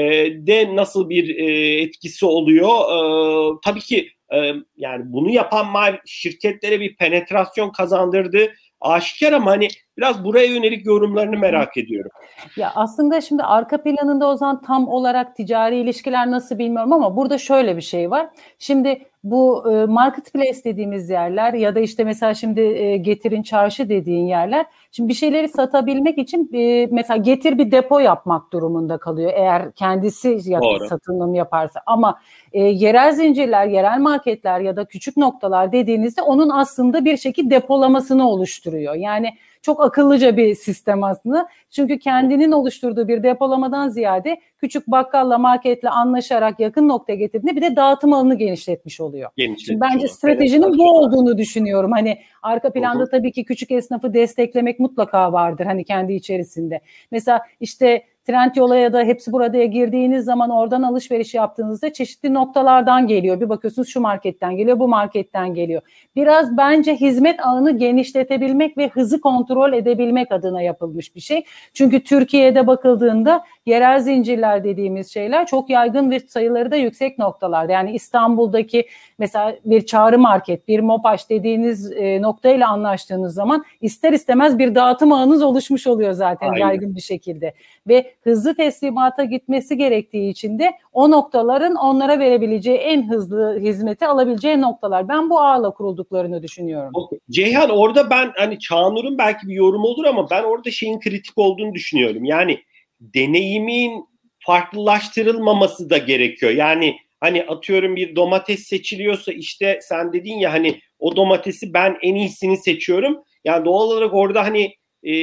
de nasıl bir etkisi oluyor? Tabii ki yani bunu yapan şirketlere bir penetrasyon kazandırdı aşikar, ama hani biraz buraya yönelik yorumlarını merak ediyorum. Ya aslında şimdi arka planında o zaman tam olarak ticari ilişkiler nasıl bilmiyorum ama burada şöyle bir şey var. Şimdi bu marketplace dediğimiz yerler ya da işte mesela şimdi Getir'in çarşı dediğin yerler, şimdi bir şeyleri satabilmek için mesela Getir bir depo yapmak durumunda kalıyor eğer kendisi satılım yaparsa, ama yerel zincirler, yerel marketler ya da küçük noktalar dediğinizde onun aslında bir şekilde depolamasını oluşturuyor. Yani çok akıllıca bir sistem aslında. Çünkü kendinin oluşturduğu bir depolamadan ziyade küçük bakkalla, marketle anlaşarak yakın noktaya getirdiğinde bir de dağıtım alanını genişletmiş oluyor. Şimdi bence stratejinin bu olduğunu düşünüyorum. Hani arka planda tabii ki küçük esnafı desteklemek mutlaka vardır hani kendi içerisinde. Mesela işte Trendyol'a ya da Hepsi Burada'ya girdiğiniz zaman oradan alışveriş yaptığınızda çeşitli noktalardan geliyor. Bir bakıyorsunuz şu marketten geliyor, bu marketten geliyor. Biraz bence hizmet ağını genişletebilmek ve hızı kontrol edebilmek adına yapılmış bir şey. Çünkü Türkiye'de bakıldığında yerel zincirler dediğimiz şeyler çok yaygın ve sayıları da yüksek noktalarda. Yani İstanbul'daki mesela bir Çağrı Market, bir Mopaş dediğiniz noktayla anlaştığınız zaman ister istemez bir dağıtım ağınız oluşmuş oluyor zaten yaygın bir şekilde. Ve hızlı teslimata gitmesi gerektiği için de o noktaların onlara verebileceği en hızlı hizmeti alabileceği noktalar. Ben bu ağla kurulduklarını düşünüyorum. Ceyhan, orada ben hani Çağnur'un belki bir yorum olur ama ben orada şeyin kritik olduğunu düşünüyorum. Yani deneyimin farklılaştırılmaması da gerekiyor. Yani hani atıyorum bir domates seçiliyorsa, işte sen dedin ya hani o domatesi ben en iyisini seçiyorum. Yani doğal olarak orada hani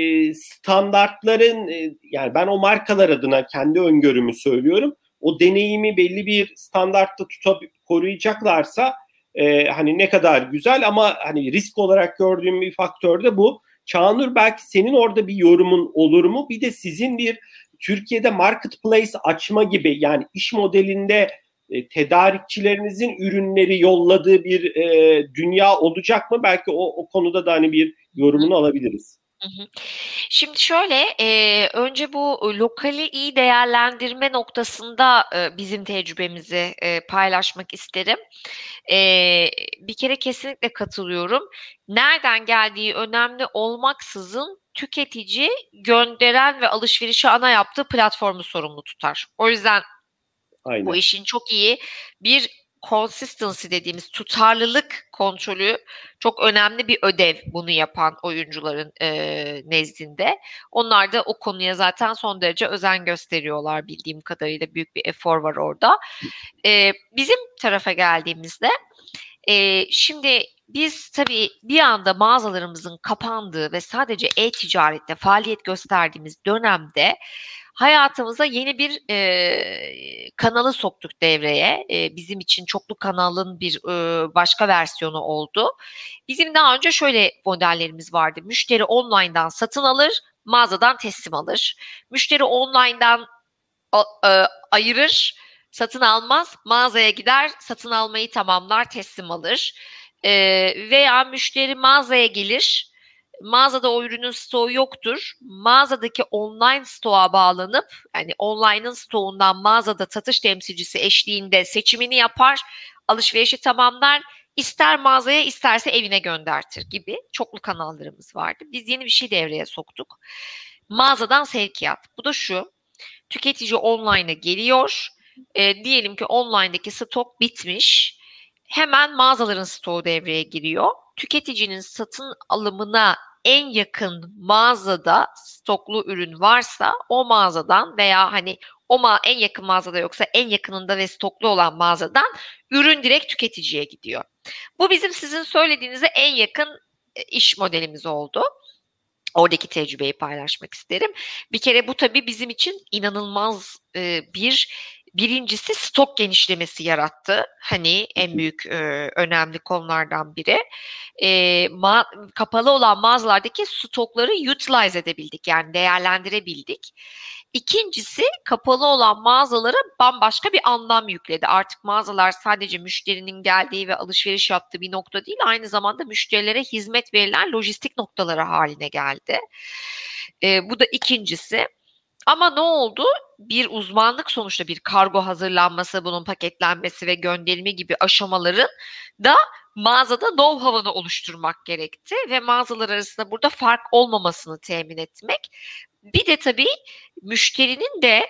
standartların yani ben o markalar adına kendi öngörümü söylüyorum. O deneyimi belli bir standartta koruyacaklarsa hani ne kadar güzel, ama hani risk olarak gördüğüm bir faktör de bu. Çağnur, belki senin orada bir yorumun olur mu? Bir de sizin bir Türkiye'de marketplace açma gibi, yani iş modelinde tedarikçilerinizin ürünleri yolladığı bir dünya olacak mı? Belki o konuda da hani bir yorumunu alabiliriz. Şimdi şöyle, önce bu lokali iyi değerlendirme noktasında bizim tecrübemizi paylaşmak isterim. Bir kere kesinlikle katılıyorum. Nereden geldiği önemli olmaksızın tüketici gönderen ve alışverişi ana yaptığı platformu sorumlu tutar. O yüzden bu işin çok iyi bir consistency dediğimiz tutarlılık kontrolü çok önemli bir ödev bunu yapan oyuncuların nezdinde. Onlar da o konuya zaten son derece özen gösteriyorlar bildiğim kadarıyla, büyük bir efor var orada. Bizim tarafa geldiğimizde şimdi biz tabii bir anda mağazalarımızın kapandığı ve sadece e-ticarette faaliyet gösterdiğimiz dönemde hayatımıza yeni bir kanalı soktuk devreye. Bizim için çoklu kanalın bir başka versiyonu oldu. Bizim daha önce şöyle modellerimiz vardı. Müşteri online'dan satın alır, mağazadan teslim alır. Müşteri online'dan ayırır, satın almaz, mağazaya gider, satın almayı tamamlar, teslim alır. Veya müşteri mağazaya gelir, mağazada o ürünün stoğu yoktur. Mağazadaki online stoğa bağlanıp, yani online'ın stoğundan mağazada satış temsilcisi eşliğinde seçimini yapar, alışverişi tamamlar, ister mağazaya isterse evine göndertir gibi çoklu kanallarımız vardı. Biz yeni bir şey devreye soktuk. Mağazadan sevkiyat. Bu da şu: tüketici online'a geliyor. Diyelim ki online'daki stok bitmiş. hemen mağazaların stoğu devreye giriyor. Tüketicinin satın alımına en yakın mağazada stoklu ürün varsa o mağazadan veya hani en yakın mağazada yoksa en yakınında ve stoklu olan mağazadan ürün direkt tüketiciye gidiyor. Bu bizim sizin söylediğinize en yakın iş modelimiz oldu. Oradaki tecrübeyi paylaşmak isterim. Bir kere bu tabii bizim için inanılmaz birincisi stok genişlemesi yarattı. Hani en büyük önemli konulardan biri. Kapalı olan mağazalardaki stokları utilize edebildik, yani değerlendirebildik. İkincisi, kapalı olan mağazalara bambaşka bir anlam yükledi. Artık mağazalar sadece müşterinin geldiği ve alışveriş yaptığı bir nokta değil, aynı zamanda müşterilere hizmet verilen lojistik noktaları haline geldi. Bu da ikincisi. Ama ne oldu? Bir uzmanlık, sonuçta bir kargo hazırlanması, bunun paketlenmesi ve gönderimi gibi aşamaların da mağazada know-how'ını oluşturmak gerekti ve mağazalar arasında burada fark olmamasını temin etmek. Bir de tabii müşterinin de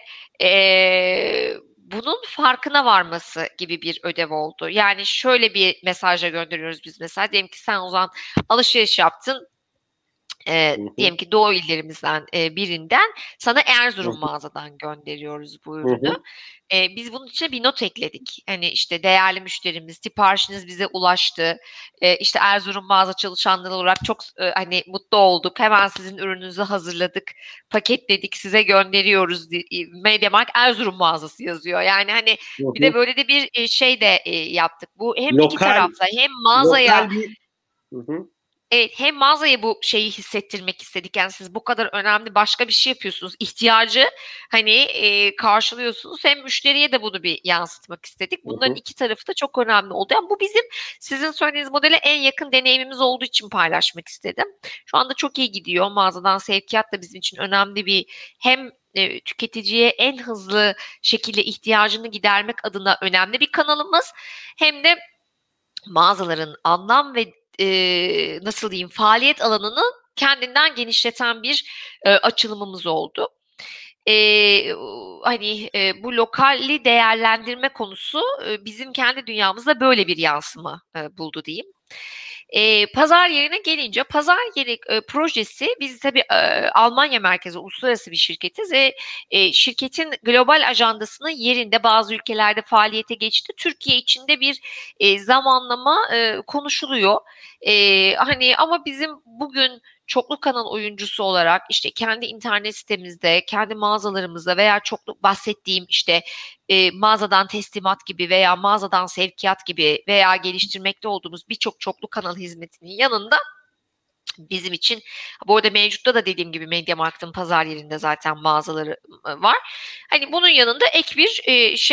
bunun farkına varması gibi bir ödev oldu. Yani şöyle bir mesajla gönderiyoruz biz mesela. Diyelim ki sen o zaman alışveriş yaptın. Diyelim ki Doğu illerimizden birinden sana Erzurum mağazadan gönderiyoruz bu ürünü. Biz bunun içine bir not ekledik. Hani işte değerli müşterimiz, siparişiniz bize ulaştı. İşte Erzurum mağaza çalışanları olarak çok hani mutlu olduk. Hemen sizin ürününüzü hazırladık, paketledik, size gönderiyoruz. MediaMarkt Erzurum mağazası yazıyor. Yani hani bir de böyle de bir şey de yaptık. Bu hem iki tarafta, hem mağazaya evet, hem mağazaya bu şeyi hissettirmek istedik. Yani siz bu kadar önemli başka bir şey yapıyorsunuz. İhtiyacı hani karşılıyorsunuz. Hem müşteriye de bunu bir yansıtmak istedik. Bunların iki tarafı da çok önemli oldu. Yani bu bizim sizin söylediğiniz modele en yakın deneyimimiz olduğu için paylaşmak istedim. Şu anda çok iyi gidiyor. Mağazadan sevkiyat da bizim için önemli bir, hem tüketiciye en hızlı şekilde ihtiyacını gidermek adına önemli bir kanalımız. Hem de mağazaların anlam ve nasıl diyeyim, faaliyet alanını kendinden genişleten bir açılımımız oldu. Bu lokalli değerlendirme konusu bizim kendi dünyamızda böyle bir yansıma buldu diyeyim. Pazar yerine gelince, pazar yeri projesi, biz tabii Almanya merkezi uluslararası bir şirketiz ve şirketin global ajandasının yerinde bazı ülkelerde faaliyete geçti. Türkiye içinde bir zamanlama konuşuluyor. Ama bizim bugün çoklu kanal oyuncusu olarak işte kendi internet sitemizde, kendi mağazalarımızda veya bahsettiğim işte mağazadan teslimat gibi veya mağazadan sevkiyat gibi veya geliştirmekte olduğumuz birçok çoklu kanal hizmetinin yanında bizim için, bu arada mevcutta da dediğim gibi MediaMarkt'ın pazar yerinde zaten mağazaları var. Hani bunun yanında ek bir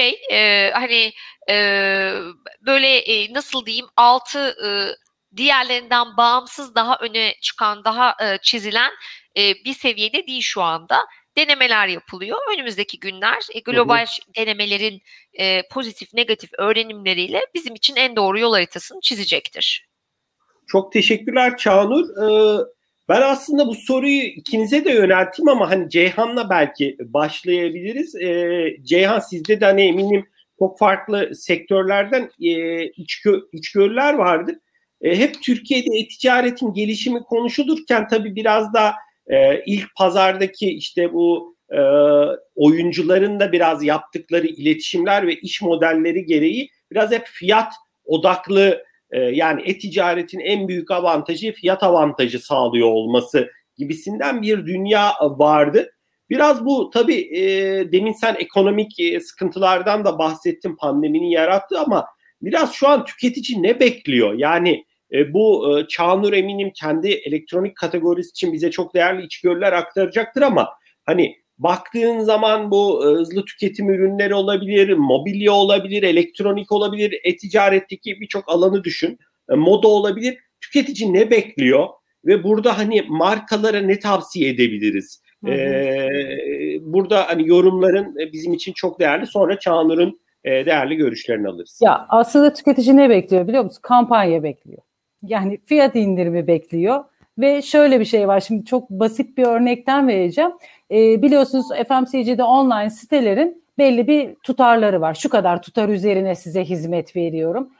böyle nasıl diyeyim, diğerlerinden bağımsız, daha öne çıkan, daha çizilen bir seviyede değil şu anda. Denemeler yapılıyor. Önümüzdeki günler global denemelerin pozitif negatif öğrenimleriyle bizim için en doğru yol haritasını çizecektir. Çok teşekkürler Çağnur. Ben aslında bu soruyu ikinize de yönelteyim ama hani Ceyhan'la belki başlayabiliriz. Ceyhan, sizde de hani eminim çok farklı sektörlerden içgörüler vardır. Hep Türkiye'de e-ticaretin gelişimi konuşulurken tabii biraz da ilk pazardaki işte bu oyuncuların da biraz yaptıkları iletişimler ve iş modelleri gereği biraz hep fiyat odaklı, yani e-ticaretin en büyük avantajı fiyat avantajı sağlıyor olması gibisinden bir dünya vardı. Biraz bu tabii demin sen ekonomik sıkıntılardan da bahsettin, pandeminin yarattığı, ama biraz şu an tüketici ne bekliyor? Yani bu Çağnur eminim kendi elektronik kategorisi için bize çok değerli içgörüler aktaracaktır ama hani baktığın zaman bu hızlı tüketim ürünleri olabilir, mobilya olabilir, elektronik olabilir, e-ticaretteki birçok alanı düşün, moda olabilir. Tüketici ne bekliyor ve burada hani markalara ne tavsiye edebiliriz? Burada hani yorumların bizim için çok değerli. Sonra Çağnur'un değerli görüşlerini alırız. Ya aslında tüketici ne bekliyor biliyor musun? Kampanya bekliyor. Yani fiyat indirimi bekliyor. Ve şöyle bir şey var. Şimdi çok basit bir örnekten vereceğim. Biliyorsunuz FMCG'de online sitelerin belli bir tutarları var. Şu kadar tutar üzerine size hizmet veriyorum.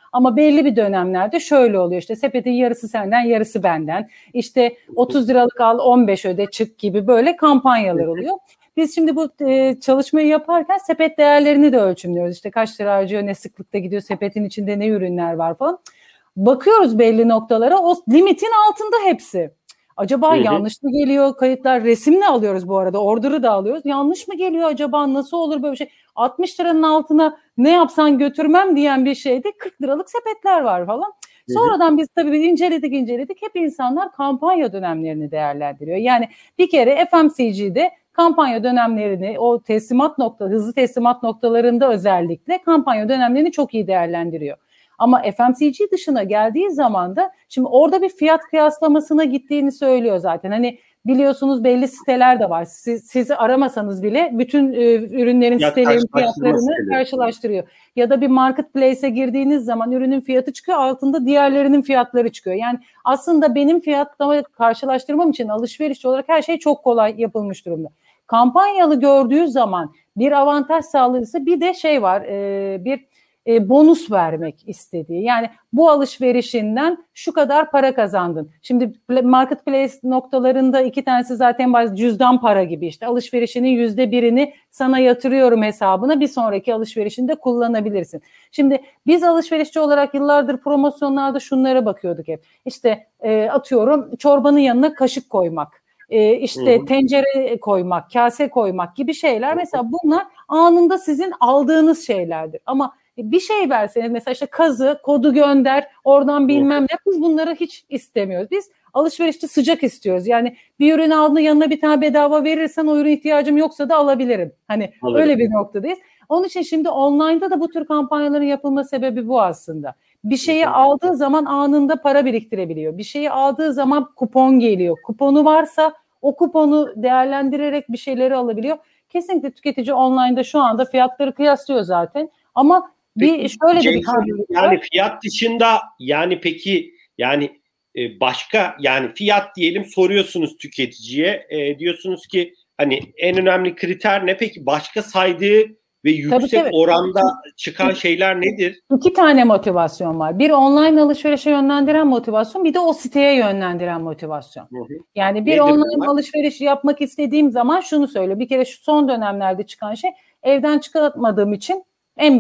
Ama belli bir dönemlerde şöyle oluyor, işte sepetin yarısı senden yarısı benden, işte 30 liralık al 15 öde çık gibi böyle kampanyalar oluyor. Biz şimdi bu çalışmayı yaparken sepet değerlerini de ölçümlüyoruz. İşte kaç lira harcıyor, ne sıklıkta gidiyor, sepetin içinde ne ürünler var falan. Bakıyoruz belli noktalara, o limitin altında hepsi. Acaba yanlış mı geliyor? Kayıtlar, resimle alıyoruz bu arada, order'ı da alıyoruz. Yanlış mı geliyor acaba, nasıl olur böyle bir şey? 60 liranın altına ne yapsan götürmem diyen bir şeyde 40 liralık sepetler var falan. Sonradan biz tabii inceledik. Hep insanlar kampanya dönemlerini değerlendiriyor. Yani bir kere FMCG'de kampanya dönemlerini, o hızlı teslimat noktalarında özellikle kampanya dönemlerini çok iyi değerlendiriyor. Ama FMCG dışına geldiği zaman da şimdi orada bir fiyat kıyaslamasına gittiğini söylüyor zaten. Hani biliyorsunuz belli siteler de var. Sizi aramasanız bile bütün ürünlerin, sitelerin fiyatlarını karşılaştırıyor. Ya da bir marketplace'e girdiğiniz zaman ürünün fiyatı çıkıyor, altında diğerlerinin fiyatları çıkıyor. Yani aslında benim fiyatlama karşılaştırmam için alışverişçi olarak her şey çok kolay yapılmış durumda. Kampanyalı gördüğü zaman bir avantaj sağlayırsa bir de şey var, bir bonus vermek istediği. Yani bu alışverişinden şu kadar para kazandın. Şimdi marketplace noktalarında iki tanesi zaten cüzdan para gibi, işte alışverişinin %1'ini sana yatırıyorum hesabına, bir sonraki alışverişinde kullanabilirsin. Şimdi biz alışverişçi olarak yıllardır promosyonlarda şunlara bakıyorduk hep. İşte atıyorum çorbanın yanına kaşık koymak, işte tencere koymak, kase koymak gibi şeyler. Mesela bunlar anında sizin aldığınız şeylerdir. Ama bir şey verseniz, mesela işte kazı, kodu gönder, oradan bilmem ne, biz bunları hiç istemiyoruz. Biz alışverişte sıcak istiyoruz. Yani bir ürün aldığında yanına bir tane bedava verirsen o ürün ihtiyacım yoksa da alabilirim. Hani öyle bir noktadayız. Onun için şimdi online'da da bu tür kampanyaların yapılma sebebi bu aslında. Bir şeyi aldığı zaman anında para biriktirebiliyor. Bir şeyi aldığı zaman kupon geliyor. Kuponu varsa o kuponu değerlendirerek bir şeyleri alabiliyor. Kesinlikle tüketici online'da şu anda fiyatları kıyaslıyor zaten. Ama şöyle de bir yani fiyat dışında, yani peki yani başka, yani fiyat diyelim, soruyorsunuz tüketiciye, diyorsunuz ki hani en önemli kriter ne, peki başka saydığı ve yüksek oranda çıkan şeyler nedir? 2 tane motivasyon var. Bir online alışverişe yönlendiren motivasyon, bir de o siteye yönlendiren motivasyon. Yani bir online alışveriş yapmak istediğim zaman şunu söyle. Bir kere şu son dönemlerde çıkan şey, evden çıkartmadığım için en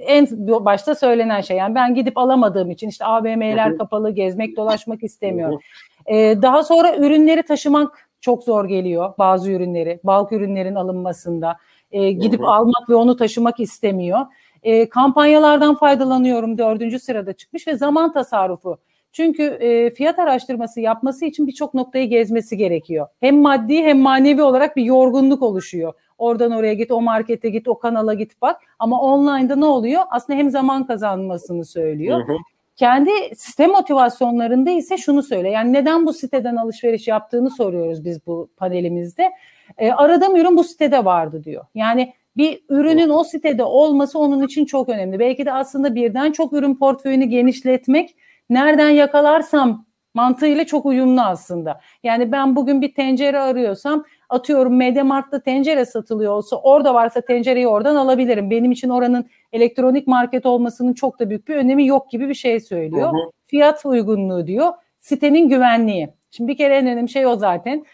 başta söylenen şey. Yani ben gidip alamadığım için, işte AVM'ler kapalı, gezmek, dolaşmak istemiyorum. Daha sonra ürünleri taşımak çok zor geliyor, bazı ürünleri. Bulk ürünlerin alınmasında. Gidip almak ve onu taşımak istemiyor. Kampanyalardan faydalanıyorum, 4. sırada çıkmış ve zaman tasarrufu. Çünkü fiyat araştırması yapması için birçok noktayı gezmesi gerekiyor. Hem maddi hem manevi olarak bir yorgunluk oluşuyor. Oradan oraya git, o markete git, o kanala git bak. Ama online'da ne oluyor? Aslında hem zaman kazanmasını söylüyor. Kendi site motivasyonlarında ise şunu söyle. Yani neden bu siteden alışveriş yaptığını soruyoruz biz bu panelimizde. Aradığım ürün bu sitede vardı diyor. Yani bir ürünün o sitede olması onun için çok önemli. Belki de aslında birden çok ürün portföyünü genişletmek, nereden yakalarsam mantığıyla çok uyumlu aslında. Yani ben bugün bir tencere arıyorsam, atıyorum MediaMarkt'ta tencere satılıyor olsa, orada varsa tencereyi oradan alabilirim. Benim için oranın elektronik market olmasının çok da büyük bir önemi yok gibi bir şey söylüyor. Fiyat uygunluğu diyor. Sitenin güvenliği. Şimdi bir kere en önemli şey o zaten.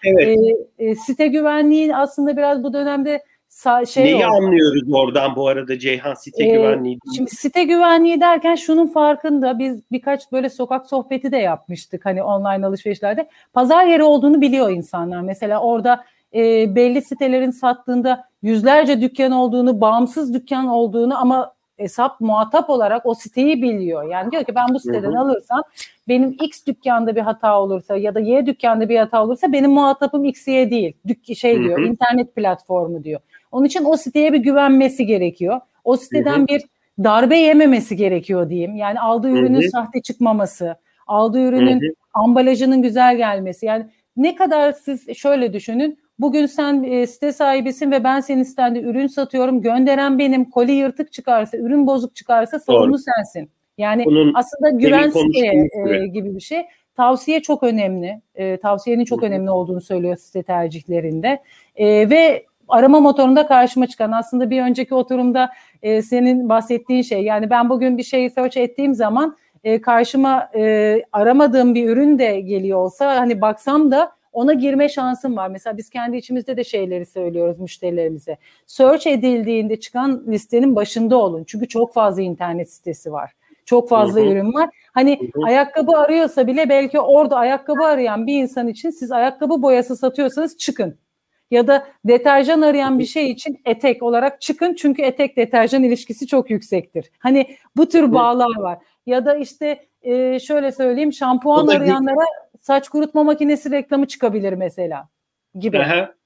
Site güvenliği aslında biraz bu dönemde neyi anlıyoruz oradan bu arada Ceyhan, site güvenliği? Şimdi site güvenliği derken şunun farkında, biz birkaç böyle sokak sohbeti de yapmıştık hani online alışverişlerde. Pazar yeri olduğunu biliyor insanlar. Mesela orada belli sitelerin sattığında yüzlerce dükkan olduğunu, bağımsız dükkan olduğunu, ama muhatap olarak o siteyi biliyor. Yani diyor ki ben bu siteden alırsam, benim X dükkanda bir hata olursa ya da Y dükkanda bir hata olursa benim muhatapım X, Y değil. Diyor, internet platformu diyor. Onun için o siteye bir güvenmesi gerekiyor. O siteden bir darbe yememesi gerekiyor diyeyim. Yani aldığı ürünün sahte çıkmaması, aldığı ürünün ambalajının güzel gelmesi. Yani ne kadar, siz şöyle düşünün. Bugün sen site sahibisin ve ben senin sitende ürün satıyorum. Gönderen benim, koli yırtık çıkarsa, ürün bozuk çıkarsa sorumlu sensin. Yani bunun aslında güven siteye gibi bir şey. Tavsiye çok önemli. Tavsiyenin çok önemli olduğunu söylüyor site tercihlerinde. Ve arama motorunda karşıma çıkan, aslında bir önceki oturumda senin bahsettiğin şey, yani ben bugün bir şeyi search ettiğim zaman karşıma aramadığım bir ürün de geliyor olsa, hani baksam da ona girme şansım var. Mesela biz kendi içimizde de şeyleri söylüyoruz müşterilerimize. Search edildiğinde çıkan listenin başında olun. Çünkü çok fazla internet sitesi var. Çok fazla ürün var. Hani ayakkabı arıyorsa bile belki orada ayakkabı arayan bir insan için siz ayakkabı boyası satıyorsanız çıkın. Ya da deterjan arayan bir şey için etek olarak çıkın. Çünkü etek deterjan ilişkisi çok yüksektir. Hani bu tür bağlar var. Ya da işte şöyle söyleyeyim, şampuan arayanlara saç kurutma makinesi reklamı çıkabilir mesela gibi.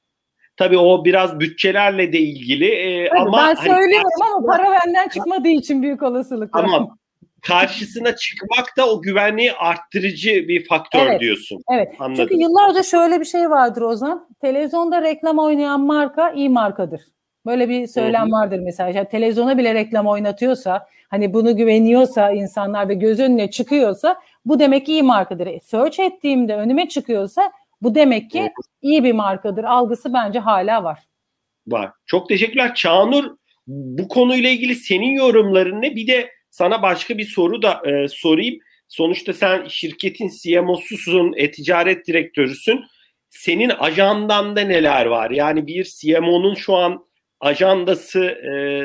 Tabii o biraz bütçelerle de ilgili. Ama ben söylüyorum ama para benden çıkmadığı için büyük olasılıkla. Ama karşısına çıkmak da o güvenliği arttırıcı bir faktör diyorsun. Evet. Anladım. Çünkü yıllarca şöyle bir şey vardır Ozan. Televizyonda reklam oynayan marka iyi markadır. Böyle bir söylem vardır mesela. Yani televizyona bile reklam oynatıyorsa, hani bunu güveniyorsa insanlar ve göz önüne çıkıyorsa, bu demek ki iyi markadır. Search ettiğimde önüme çıkıyorsa bu demek ki iyi bir markadır. Algısı bence hala var. Var. Çok teşekkürler. Çağnur, bu konuyla ilgili senin yorumların ne? Bir de sana başka bir soru da sorayım. Sonuçta sen şirketin CMO'susun, ticaret direktörüsün. Senin ajandanda neler var? Yani bir CMO'nun şu an ajandası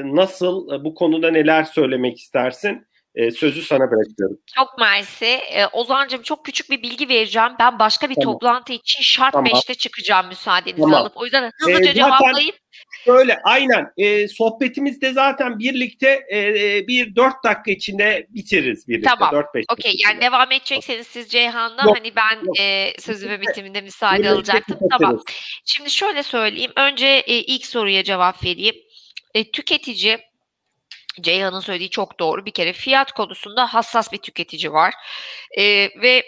nasıl? Bu konuda neler söylemek istersin? Sözü sana bırakıyorum. Çok mersi. Ozan'cığım, çok küçük bir bilgi vereceğim. Ben başka bir toplantı için Sharp 5'te çıkacağım müsaadenizi alıp. O yüzden hızlıca cevaplayıp. Şöyle aynen sohbetimizde zaten birlikte bir 4 dakika içinde bitiririz birlikte. Tamam. Okey, yani devam edecekseniz siz Ceyhan'la, hani ben sözümün bitiminde müsaade alacaktım. Tamam. Şimdi şöyle söyleyeyim. Önce ilk soruya cevap vereyim. Tüketici, Ceyhan'ın söylediği çok doğru. Bir kere fiyat konusunda hassas bir tüketici var. Ve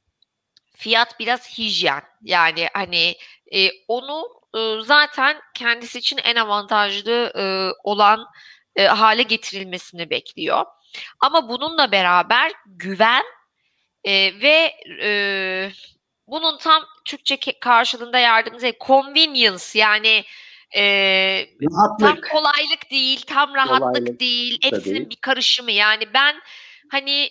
fiyat biraz hijyen. Yani hani onu zaten kendisi için en avantajlı olan hale getirilmesini bekliyor. Ama bununla beraber güven ve bunun tam Türkçe karşılığında yardımcı convenience, yani tam kolaylık değil, tam rahatlık değil, hepsinin bir karışımı. Yani ben hani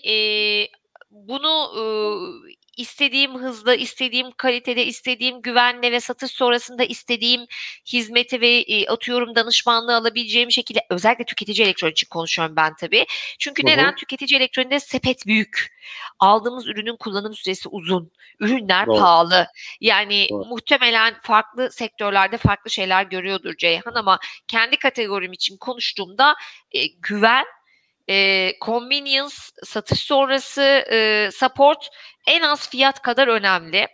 bunu istediğim hızda, istediğim kalitede, istediğim güvenle ve satış sonrasında istediğim hizmeti ve atıyorum danışmanlığı alabileceğim şekilde, özellikle tüketici elektronik için konuşuyorum ben tabii. Çünkü neden? Tüketici elektronikte sepet büyük. Aldığımız ürünün kullanım süresi uzun. Ürünler pahalı. Yani muhtemelen farklı sektörlerde farklı şeyler görüyordur Ceyhan, ama kendi kategorim için konuştuğumda güven, convenience, satış sonrası support en az fiyat kadar önemli.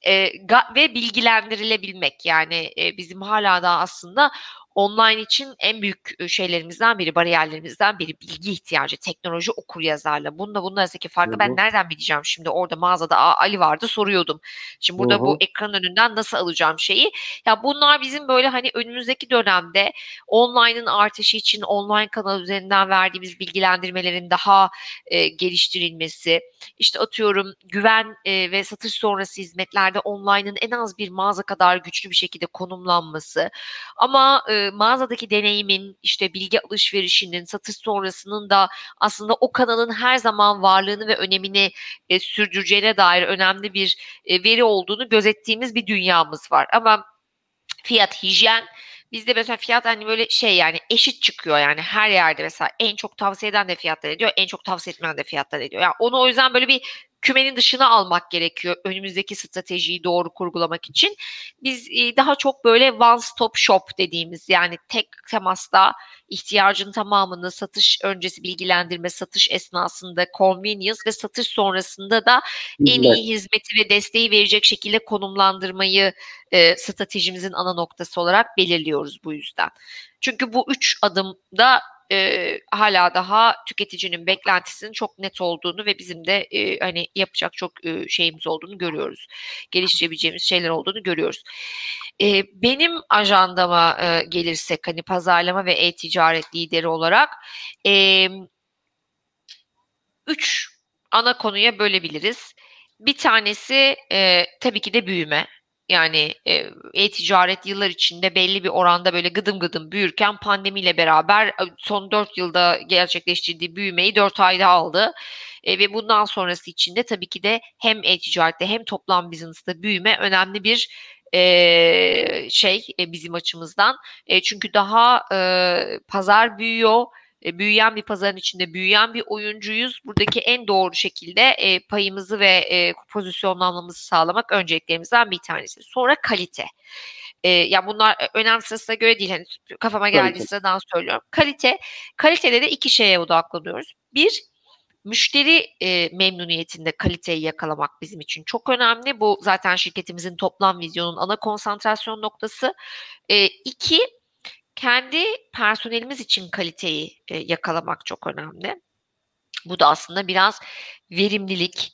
Ve bilgilendirilebilmek, yani bizim hala da aslında online için en büyük şeylerimizden biri, bariyerlerimizden biri bilgi ihtiyacı, teknoloji okuryazarlığı. Bununla arasındaki farkı ben nereden bileceğim şimdi? Orada mağazada Ali vardı, soruyordum. Şimdi burada bu ekranın önünden nasıl alacağım şeyi? Ya bunlar bizim böyle hani önümüzdeki dönemde online'ın artışı için online kanal üzerinden verdiğimiz bilgilendirmelerin daha geliştirilmesi, işte atıyorum güven ve satış sonrası hizmetlerde online'ın en az bir mağaza kadar güçlü bir şekilde konumlanması, ama mağazadaki deneyimin, işte bilgi alışverişinin, satış sonrasının da aslında o kanalın her zaman varlığını ve önemini sürdüreceğine dair önemli bir veri olduğunu gözettiğimiz bir dünyamız var. Ama fiyat, hijyen, bizde mesela fiyat hani böyle şey, yani eşit çıkıyor, yani her yerde mesela en çok tavsiye eden de fiyatlar ediyor, en çok tavsiye etmeyen de fiyatlar ediyor. Yani onu o yüzden böyle bir kümenin dışına almak gerekiyor önümüzdeki stratejiyi doğru kurgulamak için. Biz daha çok böyle one stop shop dediğimiz, yani tek temasta ihtiyacın tamamını satış öncesi bilgilendirme, satış esnasında convenience ve satış sonrasında da en iyi hizmeti ve desteği verecek şekilde konumlandırmayı stratejimizin ana noktası olarak belirliyoruz bu yüzden. Çünkü bu 3 adımda hala daha tüketicinin beklentisinin çok net olduğunu ve bizim de hani yapacak çok şeyimiz olduğunu görüyoruz. Geliştirebileceğimiz şeyler olduğunu görüyoruz. Benim ajandama gelirsek, hani pazarlama ve e-ticaret lideri olarak 3 ana konuya bölebiliriz. Bir tanesi tabii ki de büyüme. Yani e-ticaret yıllar içinde belli bir oranda böyle gıdım gıdım büyürken pandemiyle beraber son 4 yılda gerçekleştirdiği büyümeyi 4 ayda aldı. Ve bundan sonrası için de tabii ki de hem e-ticarette hem toplam business'ta büyüme önemli bir bizim açımızdan. Çünkü daha pazar büyüyor. Büyüyen bir pazarın içinde büyüyen bir oyuncuyuz. Buradaki en doğru şekilde payımızı ve pozisyonlanmamızı sağlamak önceliklerimizden bir tanesi. Sonra kalite. Yani bunlar önem sırasına göre değil. Hani kafama geldiği sıradan söylüyorum. Kalitede de 2 şeye odaklanıyoruz. Bir, müşteri memnuniyetinde kaliteyi yakalamak bizim için çok önemli. Bu zaten şirketimizin toplam vizyonun ana konsantrasyon noktası. 2, kendi personelimiz için kaliteyi yakalamak çok önemli. Bu da aslında biraz verimlilik,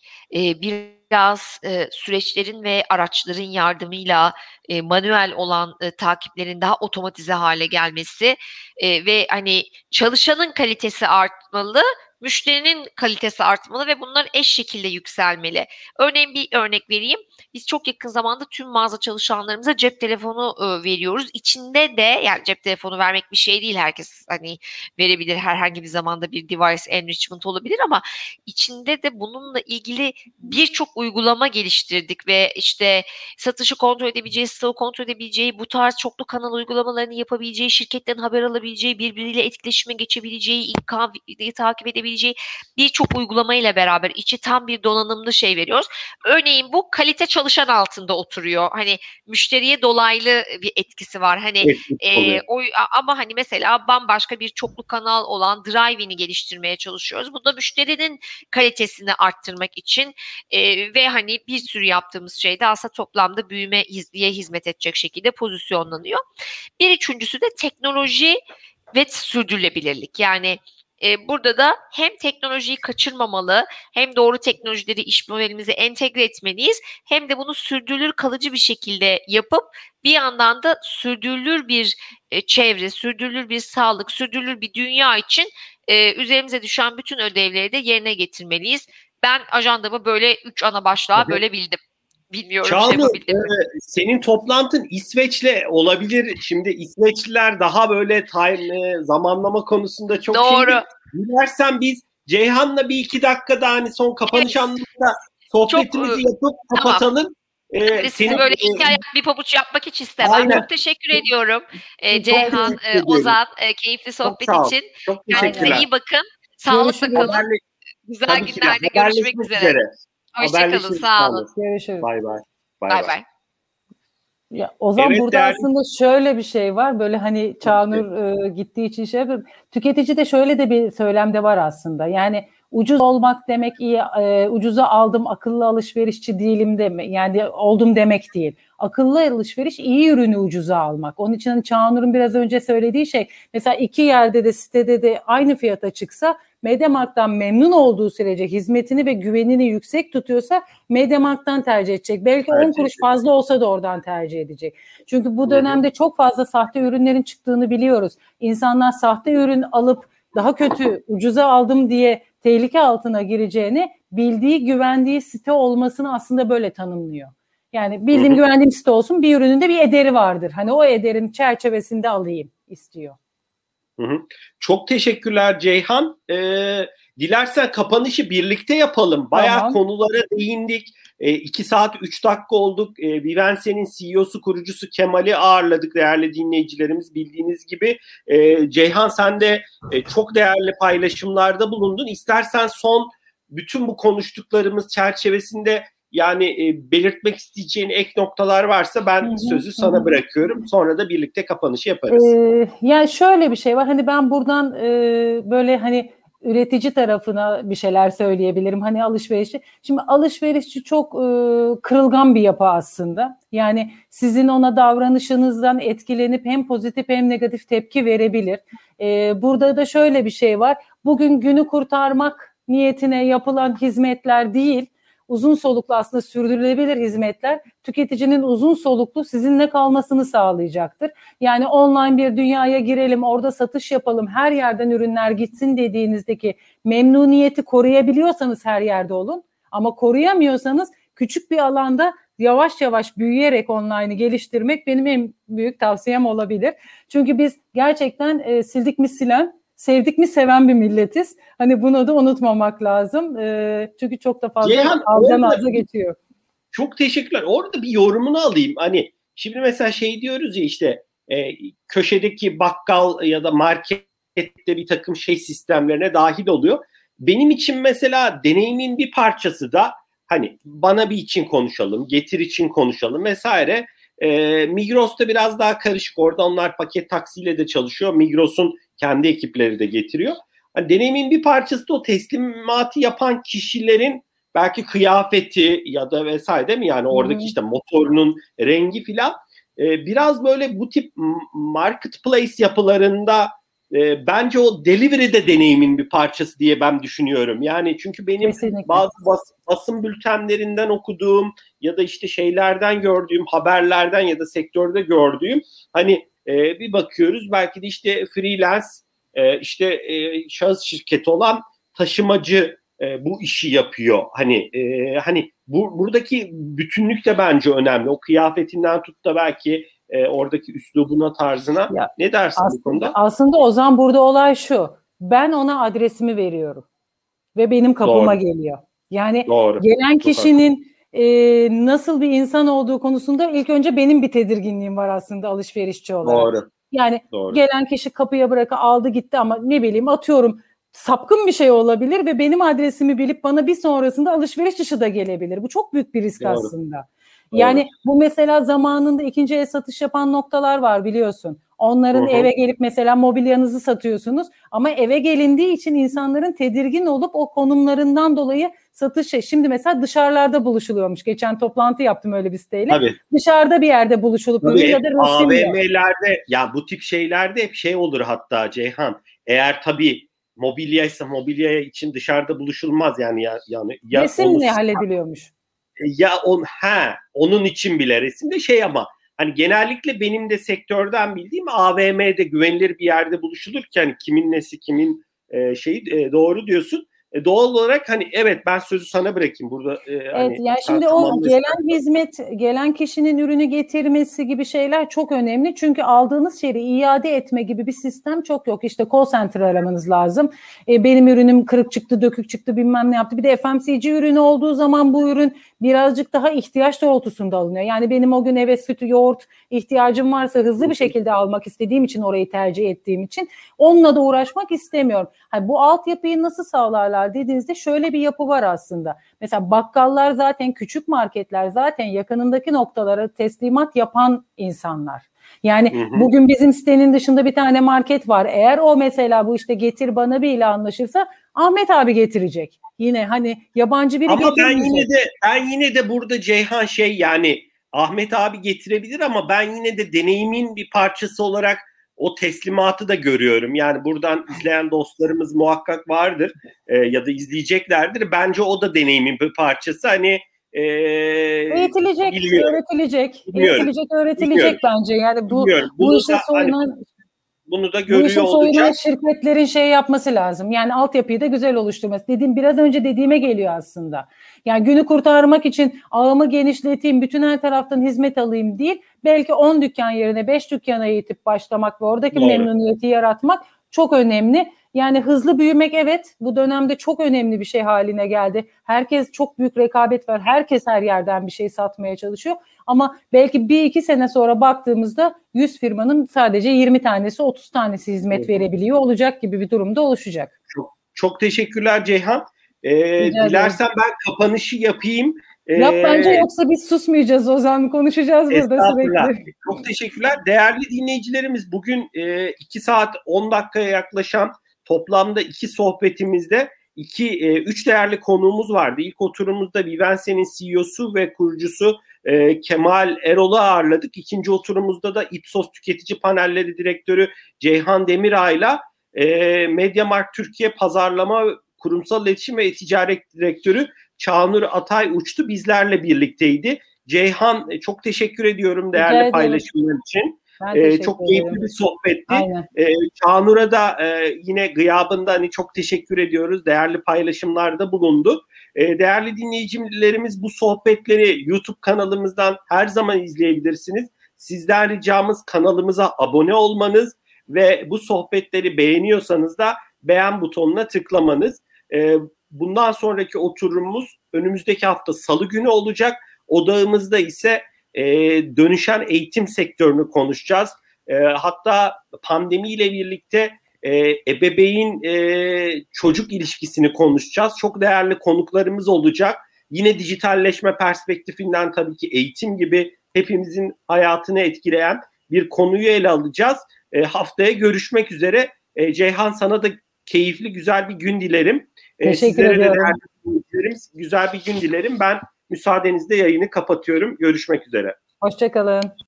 biraz süreçlerin ve araçların yardımıyla manuel olan takiplerin daha otomatize hale gelmesi ve hani çalışanın kalitesi artmalı, müşterinin kalitesi artmalı ve bunlar eş şekilde yükselmeli. Örneğin bir örnek vereyim. Biz çok yakın zamanda tüm mağaza çalışanlarımıza cep telefonu veriyoruz. İçinde de, yani cep telefonu vermek bir şey değil, herkes hani verebilir, herhangi bir zamanda bir device enrichment olabilir ama içinde de bununla ilgili birçok uygulama geliştirdik ve işte satışı kontrol edebileceği, stoğu kontrol edebileceği, bu tarz çoklu kanal uygulamalarını yapabileceği, şirketten haber alabileceği, birbiriyle etkileşime geçebileceği, İK'yı takip edebileceği birçok uygulamayla beraber içi tam bir donanımlı şey veriyoruz. Örneğin bu kalite çalışan altında oturuyor. Hani müşteriye dolaylı bir etkisi var. Hani ama hani mesela bambaşka bir çoklu kanal olan Drive'ini geliştirmeye çalışıyoruz. Bu da müşterinin kalitesini arttırmak için ve hani bir sürü yaptığımız şeyde aslında toplamda büyümeye hizmet edecek şekilde pozisyonlanıyor. Bir üçüncüsü de teknoloji ve sürdürülebilirlik. Yani burada da hem teknolojiyi kaçırmamalı, hem doğru teknolojileri iş modelimize entegre etmeliyiz, hem de bunu sürdürülür, kalıcı bir şekilde yapıp bir yandan da sürdürülür bir çevre, sürdürülür bir sağlık, sürdürülür bir dünya için üzerimize düşen bütün ödevleri de yerine getirmeliyiz. Ben ajandamı böyle 3 ana başlığa bölebildim. Bilmiyorum Çağnur, senin toplantın İsveç'le olabilir. Şimdi İsveçliler daha böyle zamanlama konusunda çok doğru. Dilersen biz Ceyhan'la bir 2 dakikada hani son kapanış anlamında sohbetimizi yapıp kapatalım. Tamam. Sizi böyle iki ayak bir pabuç yapmak hiç istemem. Aynen. Çok teşekkür ediyorum Ceyhan, Ozan, keyifli sohbet için. Çok teşekkürler. İyi bakın. Sağlıkla kalın. Güzel günlerde görüşmek üzere. Hoşçakalın. Sağ olun. Görüşürüz. Bay bay. Ya Ozan, burada aslında şöyle bir şey var. Böyle hani Çağnur gittiği için şey yapıyor. Tüketici de şöyle de bir söylemde var aslında. Yani ucuz olmak demek iyi, ucuza aldım, akıllı alışverişçi değilim demek. Yani oldum demek değil. Akıllı alışveriş iyi ürünü ucuza almak. Onun için hani Çağnur'un biraz önce söylediği şey, mesela 2 yerde de sitede de aynı fiyata çıksa, MediaMarkt'tan memnun olduğu sürece, hizmetini ve güvenini yüksek tutuyorsa MediaMarkt'tan tercih edecek. Belki 10 kuruş fazla olsa da oradan tercih edecek. Çünkü bu dönemde çok fazla sahte ürünlerin çıktığını biliyoruz. İnsanlar sahte ürün alıp daha kötü, ucuza aldım diye tehlike altına gireceğini, bildiği, güvendiği site olmasını aslında böyle tanımlıyor. Yani bildiğim, güvendiğim site olsun, bir ürünün de bir ederi vardır. Hani o ederin çerçevesinde alayım istiyor. Çok teşekkürler Ceyhan. Dilersen kapanışı birlikte yapalım. Bayağı konulara değindik. 2 saat 3 dakika olduk. Vivense'nin CEO'su, kurucusu Kemal'i ağırladık değerli dinleyicilerimiz, bildiğiniz gibi. Ceyhan, sen de çok değerli paylaşımlarda bulundun. İstersen son bütün bu konuştuklarımız çerçevesinde yani belirtmek isteyeceğin ek noktalar varsa ben sözü sana bırakıyorum. Sonra da birlikte kapanışı yaparız. Yani şöyle bir şey var. Hani ben buradan böyle hani üretici tarafına bir şeyler söyleyebilirim. Hani alışverişçi. Şimdi alışverişçi çok kırılgan bir yapı aslında. Yani sizin ona davranışınızdan etkilenip hem pozitif hem negatif tepki verebilir. Burada da şöyle bir şey var. Bugün günü kurtarmak niyetine yapılan hizmetler değil, uzun soluklu aslında sürdürülebilir hizmetler tüketicinin uzun soluklu sizinle kalmasını sağlayacaktır. Yani online bir dünyaya girelim, orada satış yapalım, her yerden ürünler gitsin dediğinizdeki memnuniyeti koruyabiliyorsanız her yerde olun. Ama koruyamıyorsanız küçük bir alanda yavaş yavaş büyüyerek online'ı geliştirmek benim en büyük tavsiyem olabilir. Çünkü biz gerçekten sildik mi silen, sevdik mi seven bir milletiz. Hani bunu da unutmamak lazım. Çünkü çok da fazla ağızdan ağza geçiyor. Çok teşekkürler. Orada bir yorumunu alayım. Hani şimdi mesela şey diyoruz ya işte köşedeki bakkal ya da markette bir takım şey sistemlerine dahil oluyor. Benim için mesela deneyimin bir parçası da hani bana bir için konuşalım, getir için konuşalım vesaire. Migros'ta biraz daha karışık. Orada onlar paket taksiyle de çalışıyor. Migros'un kendi ekipleri de getiriyor. Hani deneyimin bir parçası da o teslimatı yapan kişilerin belki kıyafeti ya da vesaire değil mi? Yani oradaki işte motorunun rengi filan. Biraz böyle bu tip marketplace yapılarında bence o delivery de deneyimin bir parçası diye ben düşünüyorum. Yani çünkü benim kesinlikle bazı basın bültenlerinden okuduğum ya da işte şeylerden gördüğüm, haberlerden ya da sektörde gördüğüm hani bir bakıyoruz belki de işte freelance işte şahıs şirketi olan taşımacı bu işi yapıyor. Hani buradaki bütünlük de bence önemli. O kıyafetinden tut da belki oradaki üslubuna, tarzına. Ya, ne dersin bu konuda? Aslında Ozan burada olay şu. Ben ona adresimi veriyorum. Ve benim kapıma geliyor. Yani gelen kişinin nasıl bir insan olduğu konusunda ilk önce benim bir tedirginliğim var aslında alışverişçi olarak. Yani gelen kişi kapıya aldı gitti ama ne bileyim atıyorum sapkın bir şey olabilir ve benim adresimi bilip bana bir sonrasında alışveriş dışı da gelebilir. Bu çok büyük bir risk aslında. Yani bu mesela zamanında ikinci el satış yapan noktalar var biliyorsun. Onların eve gelip mesela mobilyanızı satıyorsunuz ama eve gelindiği için insanların tedirgin olup o konumlarından dolayı satış şimdi mesela dışarılarda buluşuluyormuş. Geçen toplantı yaptım öyle bir siteyle. Tabii. Dışarıda bir yerde buluşulup ya da AVM'lerde ya bu tip şeylerde hep şey olur hatta Ceyhan. Eğer tabii mobilyaysa mobilya için dışarıda buluşulmaz yani resimle hallediliyormuş. Onun için bile resimde şey ama hani genellikle benim de sektörden bildiğim AVM'de güvenilir bir yerde buluşulurken kimin nesi kimin doğru diyorsun. Doğal olarak hani evet ben sözü sana bırakayım burada. Evet yani şimdi o gelen hizmet, gelen kişinin ürünü getirmesi gibi şeyler çok önemli. Çünkü aldığınız şeyi iade etme gibi bir sistem çok yok. İşte call center aramanız lazım. Benim ürünüm kırık çıktı, dökük çıktı bilmem ne yaptı. Bir de FMCG ürünü olduğu zaman bu ürün birazcık daha ihtiyaç doğrultusunda alınıyor. Yani benim o gün eve süt, yoğurt ihtiyacım varsa hızlı bir şekilde almak istediğim için orayı tercih ettiğim için onunla da uğraşmak istemiyorum. Bu altyapıyı nasıl sağlarlar dediğinizde şöyle bir yapı var aslında. Mesela bakkallar zaten küçük marketler zaten yakınındaki noktalara teslimat yapan insanlar. Yani bugün bizim sitenin dışında bir tane market var. Eğer o mesela bu işte getir bana bir ile anlaşırsa Ahmet abi getirecek. Yine hani yabancı biri getirmeyecek. Ama ben yine de burada Ceyhan yani Ahmet abi getirebilir ama ben yine de deneyimin bir parçası olarak o teslimatı da görüyorum. Yani buradan izleyen dostlarımız muhakkak vardır ya da izleyeceklerdir. Bence o da deneyimin bir parçası. Hani öğretilecek bence. Yani bu işe soyunan bunu da görüyor olacak. Şirketlerin yapması lazım. Yani altyapıyı da güzel oluşturması. Biraz önce dediğime geliyor aslında. Yani günü kurtarmak için ağımı genişleteyim, bütün her taraftan hizmet alayım değil. Belki 10 dükkan yerine 5 dükkana eğitip başlamak ve oradaki memnuniyeti yaratmak çok önemli. Yani hızlı büyümek evet bu dönemde çok önemli bir şey haline geldi. Herkes çok büyük rekabet var. Herkes her yerden bir şey satmaya çalışıyor. Ama belki 1-2 sene sonra baktığımızda 100 firmanın sadece 20 tanesi 30 tanesi hizmet verebiliyor olacak gibi bir durumda oluşacak. Çok teşekkürler Ceyhan. Dilersen ben kapanışı yapayım. Yap bence yoksa biz susmayacağız Ozan. Konuşacağız burada sürekli. Çok teşekkürler. Değerli dinleyicilerimiz bugün 2 saat 10 dakikaya yaklaşan toplamda 2 sohbetimizde 3 değerli konuğumuz vardı. İlk oturumumuzda Vivense'nin CEO'su ve kurucusu Kemal Erol'u ağırladık. İkinci oturumumuzda da Ipsos Tüketici Panelleri Direktörü Ceyhan Demiray'la Mediamarkt Türkiye Pazarlama Kurumsal İletişim ve Ticaret Direktörü Çağnur Atay Uçtu bizlerle birlikteydi. Ceyhan çok teşekkür ediyorum değerli paylaşımlar için. Çok keyifli bir sohbetti. Çağnur'a da yine gıyabında çok teşekkür ediyoruz. Değerli paylaşımlarda bulundu. Değerli dinleyicilerimiz, bu sohbetleri YouTube kanalımızdan her zaman izleyebilirsiniz. Sizden ricamız kanalımıza abone olmanız ve bu sohbetleri beğeniyorsanız da beğen butonuna tıklamanız. Bundan sonraki oturumumuz önümüzdeki hafta Salı günü olacak. Odağımızda ise dönüşen eğitim sektörünü konuşacağız. Hatta pandemiyle birlikte ebeveyn çocuk ilişkisini konuşacağız. Çok değerli konuklarımız olacak. Yine dijitalleşme perspektifinden tabii ki eğitim gibi hepimizin hayatını etkileyen bir konuyu ele alacağız. Haftaya görüşmek üzere. Ceyhan, sana da keyifli, güzel bir gün dilerim. Sizlere de değerli dinleyicilerim, güzel bir gün dilerim. Ben müsaadenizle yayını kapatıyorum. Görüşmek üzere. Hoşça kalın.